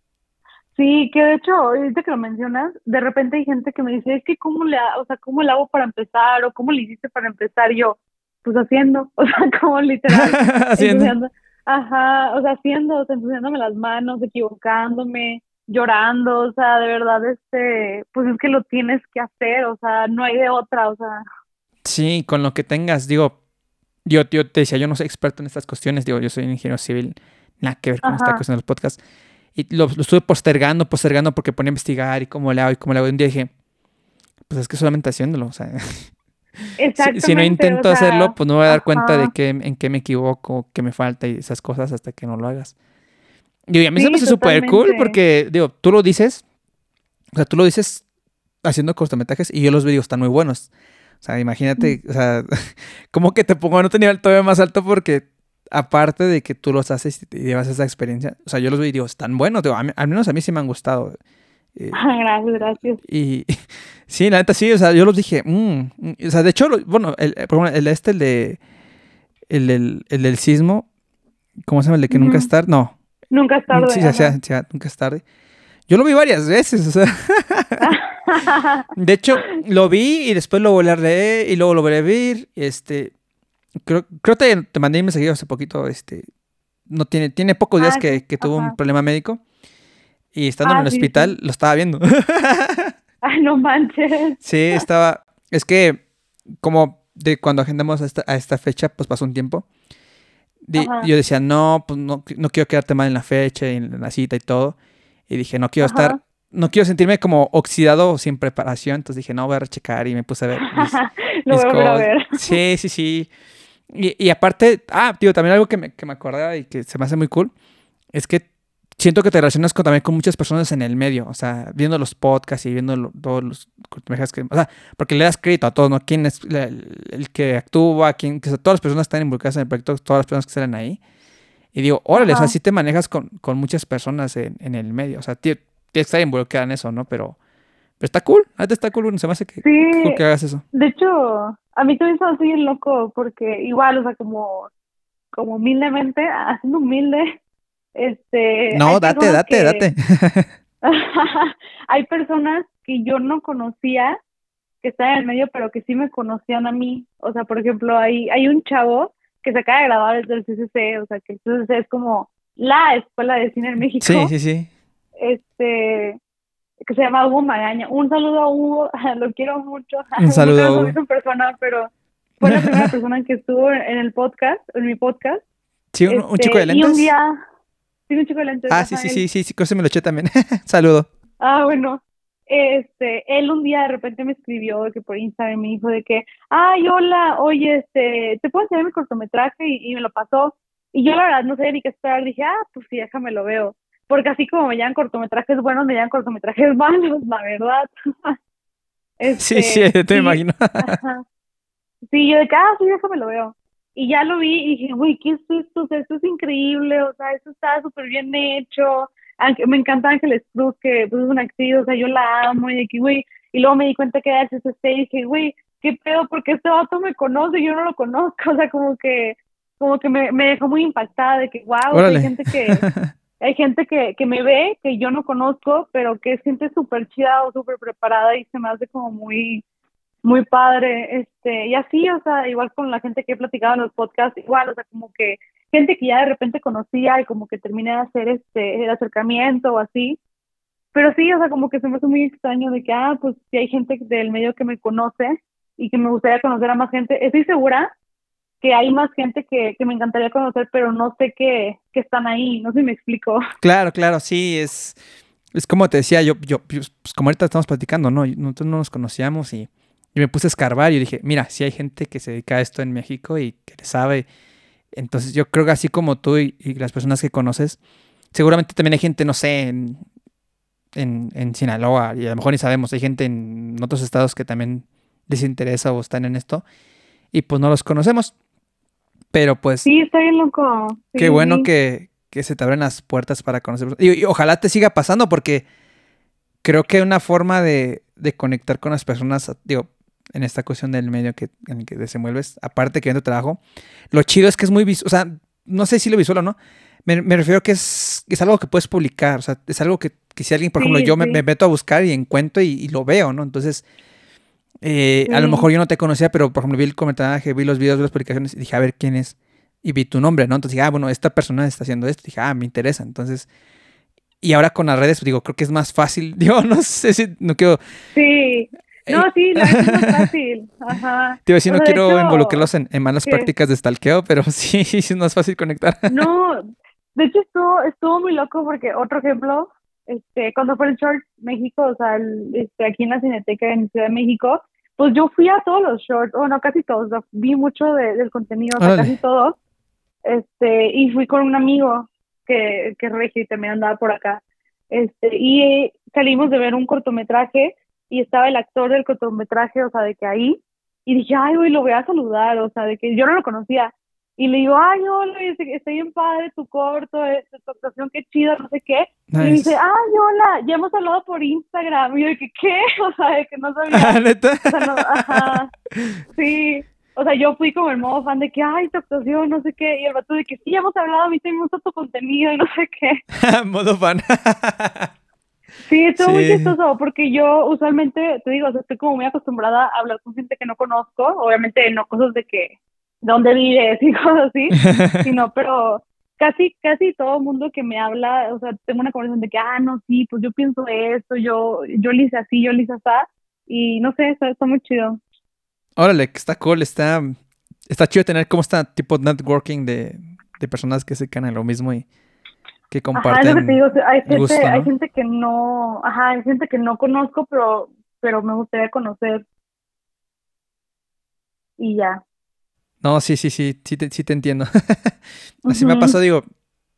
Sí, que de hecho, ahorita que lo mencionas, de repente hay gente que me dice, es que cómo le, ha- o sea, cómo le hago para empezar o cómo le hiciste para empezar. Y yo, pues haciendo, o sea, como literal, haciendo. ensuciando, ajá, o sea, haciendo, o sea, ensuciándome las manos, equivocándome, llorando, o sea, de verdad, este, pues es que lo tienes que hacer, o sea, no hay de otra, o sea, Sí, con lo que tengas, digo, yo, yo te decía, yo no soy experto en estas cuestiones, digo, yo soy ingeniero civil, nada que ver con esta ajá, cuestión de los podcasts. Y lo, lo estuve postergando, postergando porque ponía a investigar y cómo le hago y cómo le hago. Y un día dije, pues es que solamente haciéndolo, o sea, si, si no exactamente, o intento hacerlo, sea, pues no me voy a dar cuenta de ajá, qué, en qué me equivoco, qué me falta y esas cosas hasta que no lo hagas. Digo, y a mí se me sí, hace súper cool totalmente. porque, digo, tú lo dices, o sea, tú lo dices haciendo cortometrajes y yo los veo, están muy buenos. O sea, imagínate, o sea, como que te pongo en otro nivel todavía más alto porque aparte de que tú los haces y te llevas esa experiencia, o sea, yo los veo y digo, están buenos, digo, a mí- al menos a mí sí me han gustado. Eh, Gracias, gracias. y sí, la neta sí, o sea, yo los dije, mm, mm, o sea, de hecho, lo- bueno, el, el, por ejemplo, el este, el de, el del, el del sismo, ¿cómo se llama? El de que nunca es Ujú. tarde, no, Nunca es mm, tarde, sí, ya sea, ajá. ya, nunca es tarde. Yo lo vi varias veces, o sea, de hecho, lo vi y después lo volví a leer y luego lo volví a ver, este, creo, creo que te, te mandé un mensaje hace poquito, este, no tiene, tiene pocos días Ah, sí, que, que tuvo un ajá. problema médico y estando en el Ah, sí, hospital sí. lo estaba viendo. Ay, no manches. Sí, estaba, es que como de cuando agendamos a esta, a esta fecha, pues pasó un tiempo. Di- Ajá, yo decía, no, pues no, no quiero quedarte mal en la fecha y en la cita y todo. Y dije, no quiero estar, ajá. no quiero sentirme como oxidado sin preparación. Entonces dije, no, voy a rechecar y me puse a ver mis, Lo mis voy a volver a cosas. ver. Sí, sí, sí. Y, y aparte, ah, tío, también algo que me, que me acordaba y que se me hace muy cool, es que siento que te relacionas con, también con muchas personas en el medio, o sea, viendo los podcasts y viendo lo, todos los cortometrajes que, o sea, porque le das crédito a todos, ¿no? Quién es la- el, el que actúa, quién, que, o sea, todas las personas que están involucradas en el proyecto, todas las personas que salen ahí. Y digo, órale, o sea, Ajá. sí te manejas con, con muchas personas en, en el medio, o sea, tienes que estar involucrada en eso, ¿no? Pero, pero está cool, ahorita está cool, se me hace que, Sí, que cool que hagas eso. de hecho, a mí también se me hace bien loco porque igual, o sea, como, como humildemente, haciendo humilde, este, hay No, date, personas date, que, date. hay personas que yo no conocía que están en el medio, pero que sí me conocían a mí. O sea, por ejemplo, hay, hay un chavo que se acaba de graduar del C C C, o sea, que el C C C es como la escuela de cine en Sí, México, sí, sí. este, que se llama Hugo Magaña. Un saludo a Hugo, lo quiero mucho. Un Nunca saludo, lo he Hugo. visto en persona, pero fue la primera persona que estuvo en el podcast, en mi podcast. Sí, un, un chico Este, de y un lentes. día, sí, un chico de lentes, Ah, sí, ajá, sí, él. sí, sí, sí, creo que se me lo eché también. Saludo. Ah, bueno, este, él un día de repente me escribió de que por Instagram me dijo de que, ay, hola, oye, este, ¿te puedo enseñar mi cortometraje? Y, y me lo pasó. Y yo la verdad no sabía ni qué esperar. Dije, ah, pues sí, déjame lo veo. Porque así como me llaman cortometrajes buenos, me llaman cortometrajes malos, la verdad. Sí, sí, Este, te me y, imagino. ajá. Sí, yo de que, ah, sí, déjame lo veo. Y ya lo vi y dije, güey, ¿qué es esto? O sea, esto es increíble, o sea, esto está súper bien hecho. Ángel- me encanta Ángeles Cruz, que pues, es una actriz, o sea, yo la amo, y de que, güey, y luego me di cuenta que era el C C C y dije, güey, ¿qué pedo? Porque este vato me conoce y yo no lo conozco, o sea, como que, como que me, me dejó muy impactada de que, wow, o sea, hay Órale. gente que, hay gente que, que me ve, que yo no conozco, pero que siente súper chida o súper preparada y se me hace como muy muy padre, este, y así, o sea, igual con la gente que he platicado en los podcasts, igual, o sea, como que gente que ya de repente conocía y como que terminé de hacer este, el acercamiento o así, pero sí, o sea, como que se me hace muy extraño de que, ah, pues sí hay gente del medio que me conoce y que me gustaría conocer a más gente. Estoy segura que hay más gente que, que me encantaría conocer, pero no sé que, que están ahí, no sé si me explico. Claro, claro, sí, es, es como te decía, yo, yo, pues como ahorita estamos platicando, ¿no? Nosotros no nos conocíamos y, y me puse a escarbar y dije, mira, sí hay gente que se dedica a esto en México y que le sabe. Entonces yo creo que así como tú y, y las personas que conoces, seguramente también hay gente, no sé, en, en, en Sinaloa y a lo mejor ni sabemos, hay gente en otros estados que también les interesa o están en esto y pues no los conocemos. Pero pues Sí, está bien loco, sí, qué sí, bueno sí. que, que se te abren las puertas para conocer. Y, y ojalá te siga pasando porque creo que una forma de, de conectar con las personas, digo, en esta cuestión del medio que, en el que desenvuelves, aparte que en tu trabajo, lo chido es que es muy visual, o sea, no sé si lo visual o no, me, me refiero que es, es algo que puedes publicar, o sea, es algo que, que si alguien, por ejemplo, Sí, yo me, me sí, meto a buscar y encuentro y, y lo veo, ¿no? Entonces, eh, a lo sí. mejor yo no te conocía, pero por ejemplo vi el comentario, vi los videos, vi las publicaciones y dije, a ver quién es. Y vi tu nombre, ¿no? Entonces dije, ah, bueno, esta persona está haciendo esto. Dije, ah, me interesa. Entonces, y ahora con las redes, pues, digo, creo que es más fácil. Digo, no sé si, no quiero, Sí, no, eh, sí, la neta es más fácil, ajá. te iba a decir, O no sea, de quiero hecho, involucrarlos en, en malas que prácticas de stalkeo, pero sí, sí es más fácil conectar. no, de hecho estuvo, estuvo muy loco porque otro ejemplo, este, cuando fue el Short México, o sea, el- este, aquí en la Cineteca en Ciudad de México, pues yo fui a todos los shorts, o no, casi todos, o sea, vi mucho de- del contenido, o sea, Órale. casi todos, este, y fui con un amigo que, que es regio y también andaba por acá, este, y eh, salimos de ver un cortometraje y estaba el actor del cortometraje, o sea, de que ahí, y dije, ay, güey, lo voy a saludar, o sea, de que yo no lo conocía, y le digo, ay, hola, y dice, está bien padre tu corto, eh, tu actuación, qué chido, no sé qué, y me dice, Nice. ay, hola, ya hemos hablado por Instagram, y yo de que, ¿qué? O sea, de que no Ah, sabía, ¿neta? o sea, no, ajá, sí, o sea, yo fui como el modo fan de que, ay, tu actuación, no sé qué, y el vato de que sí, ya hemos hablado, a mí también me gusta tu contenido y no sé qué. Modo fan. Sí, estuvo muy Sí. chistoso porque yo usualmente, te digo, o sea, estoy como muy acostumbrada a hablar con gente que no conozco, obviamente no cosas de que, dónde vives y cosas así, sino, pero casi, casi todo el mundo que me habla, o sea, tengo una conversación de que, ah, no, sí, pues yo pienso esto, yo, yo le hice así, yo le hice así, y no sé, está, está muy chido. Órale, que está cool, está, está chido tener como esta tipo de networking de, de personas que se dedican a lo mismo y que Ajá, es lo que te comparten digo, o sea, hay el gente, gusto, hay ¿no? gente que no, ajá, hay gente que no conozco, pero, pero me gustaría conocer y ya. No, sí, sí, sí, sí te, sí te entiendo. Así me ha Ujú. pasado, digo,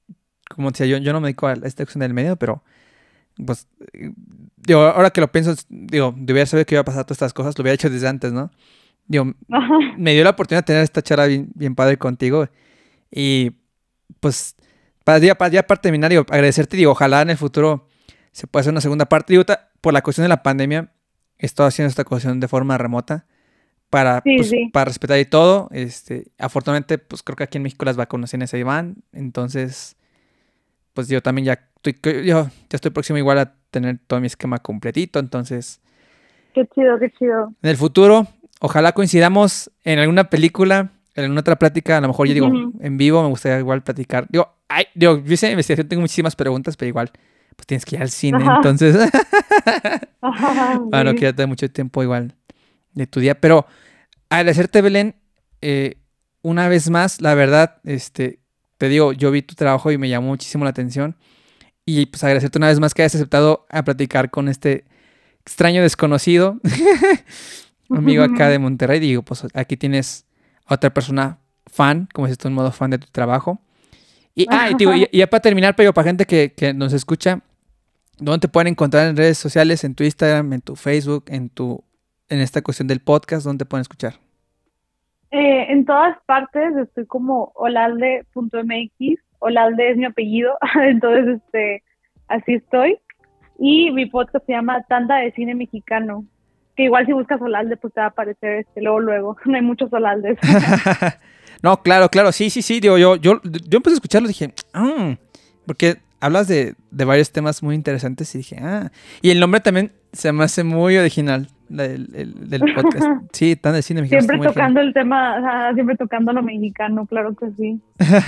como decía, yo, yo no me dedico a esta cuestión del medio, pero pues, digo, ahora que lo pienso, digo, de hubiera sabido que iba a pasar todas estas cosas, lo hubiera hecho desde antes, ¿no? Digo, Ajá. me dio la oportunidad de tener esta charla bien, bien padre contigo y pues, para ya, para ya para terminar, digo, agradecerte, digo, ojalá en el futuro se pueda hacer una segunda parte. Digo, ta- por la cuestión de la pandemia, he estado haciendo esta cuestión de forma remota para, Sí, pues, sí. para respetar y todo. Este, afortunadamente, pues creo que aquí en México las vacunaciones se van, entonces, pues yo también ya estoy, yo ya estoy próximo igual a tener todo mi esquema completito, entonces, Qué chido, qué chido. en el futuro, ojalá coincidamos en alguna película, en alguna otra plática, a lo mejor yo digo, Ujú. en vivo me gustaría igual platicar. Digo, ay, digo, yo hice investigación, tengo muchísimas preguntas, pero igual, pues tienes que ir al cine, Ajá. entonces, Ajá, bueno, sí. quédate mucho tiempo igual de tu día, pero agradecerte, Belén, eh, una vez más, la verdad, este, te digo, yo vi tu trabajo y me llamó muchísimo la atención. Y pues agradecerte una vez más que hayas aceptado a platicar con este extraño desconocido, amigo acá de Monterrey. Digo, pues aquí tienes a otra persona fan, como si tú en modo fan de tu trabajo. Y, ah, y, digo, y, y ya para terminar, pero para gente que, que nos escucha, ¿dónde te pueden encontrar en redes sociales? En tu Instagram, en tu Facebook, en tu, en esta cuestión del podcast, ¿dónde te pueden escuchar? Eh, en todas partes estoy como olalde punto m x. Olalde es mi apellido, entonces este, así estoy. Y mi podcast se llama Tanda de Cine Mexicano, que igual si buscas Olalde pues te va a aparecer este, luego, luego. No hay muchos Olaldes. No, claro, claro, sí, sí, sí. Digo, yo, yo, yo empecé a escucharlo y dije, "Mm", porque hablas de, de varios temas muy interesantes y dije, ah, y el nombre también se me hace muy original del, el- del podcast. Sí, tan de cine mexicano, está Siempre muy original. tocando el tema, ajá, siempre tocando lo mexicano, claro que sí.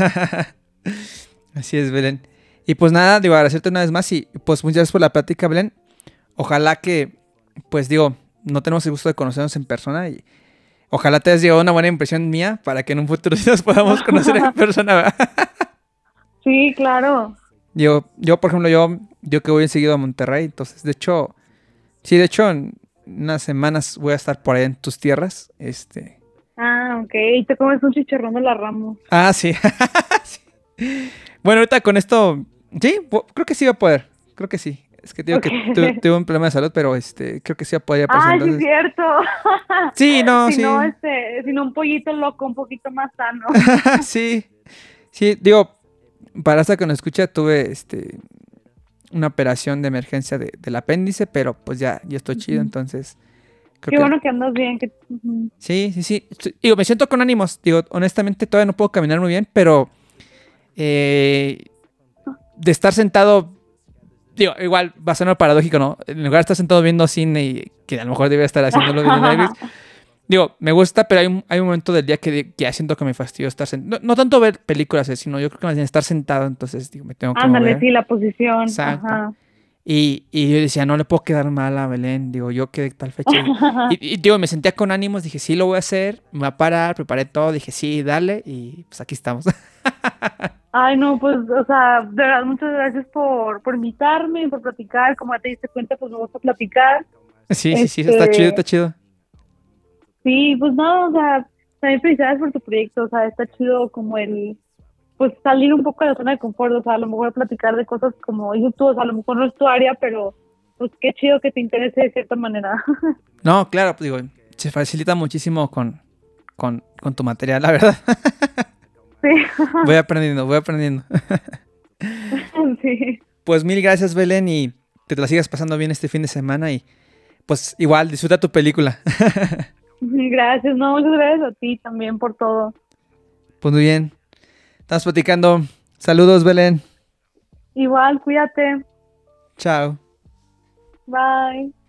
Así es, Belén. Y pues nada, digo, agradecerte una vez más y pues muchas gracias por la plática, Belén. Ojalá que, pues digo, no tenemos el gusto de conocernos en persona y ojalá te hayas llevado una buena impresión mía para que en un futuro sí nos podamos conocer en persona, ¿verdad? Sí, claro. Yo, yo, por ejemplo, yo, yo que voy seguido a Monterrey, entonces, de hecho, sí, de hecho, en unas semanas voy a estar por ahí en tus tierras, este... Ah, ok. Y te comes un chicharrón de la Ramos. Ah, sí. Sí. Bueno, ahorita con esto, sí, po- creo que sí va a poder, creo que sí. Es que te digo Ok. que tu- tuve un problema de salud, pero este, creo que sí va a poder aparecer, Ah, sí es entonces... cierto. Sí, no, Si no, sí, este, si no un pollito loco, un poquito más sano. sí, sí, digo, para esta que nos escucha, tuve, este, una operación de emergencia de, del apéndice, pero pues ya, ya estoy chido, Ujú. entonces... Creo Qué que bueno que andas bien. Que... ujú. sí, sí, sí. Sí, digo, me siento con ánimos. Digo, honestamente todavía no puedo caminar muy bien, pero eh, de estar sentado, digo, igual va a sonar paradójico, ¿no? En lugar de estar sentado viendo cine y que a lo mejor debería estar haciéndolo viendo Netflix, digo, me gusta, pero hay un, hay un momento del día que, que ya siento que me fastidio estar sentado. No, no tanto ver películas, eh, sino yo creo que más bien estar sentado, entonces digo, me tengo que Ándale, mover. sí, la posición. Exacto. Ajá. Y, y yo decía, no le puedo quedar mal a Belén. Digo, yo quedé tal fecha. Y, y, y, digo, me sentía con ánimos. Dije, sí, lo voy a hacer. Me voy a parar, preparé todo. Dije, sí, dale. Y pues aquí estamos. Ay, no, pues, o sea, de verdad, muchas gracias por, por invitarme, por platicar. Como ya te diste cuenta, pues me gusta platicar. Sí, sí, sí, está chido, está Este, chido. sí, pues no, o sea, también felicidades por tu proyecto. O sea, está chido como el, pues salir un poco de la zona de confort. O sea, a lo mejor platicar de cosas como dices tú, o sea, a lo mejor no es tu área, pero pues qué chido que te interese de cierta manera. No, claro, pues digo, se facilita muchísimo con, con, con tu material, la verdad. Sí, Voy aprendiendo, voy aprendiendo. sí. Pues mil gracias, Belén, y que te la sigas pasando bien este fin de semana. Y pues igual, disfruta tu película. Gracias, no, muchas gracias a ti también por todo. Pues muy bien. Estamos platicando. Saludos, Belén. Igual, cuídate. Chao. Bye.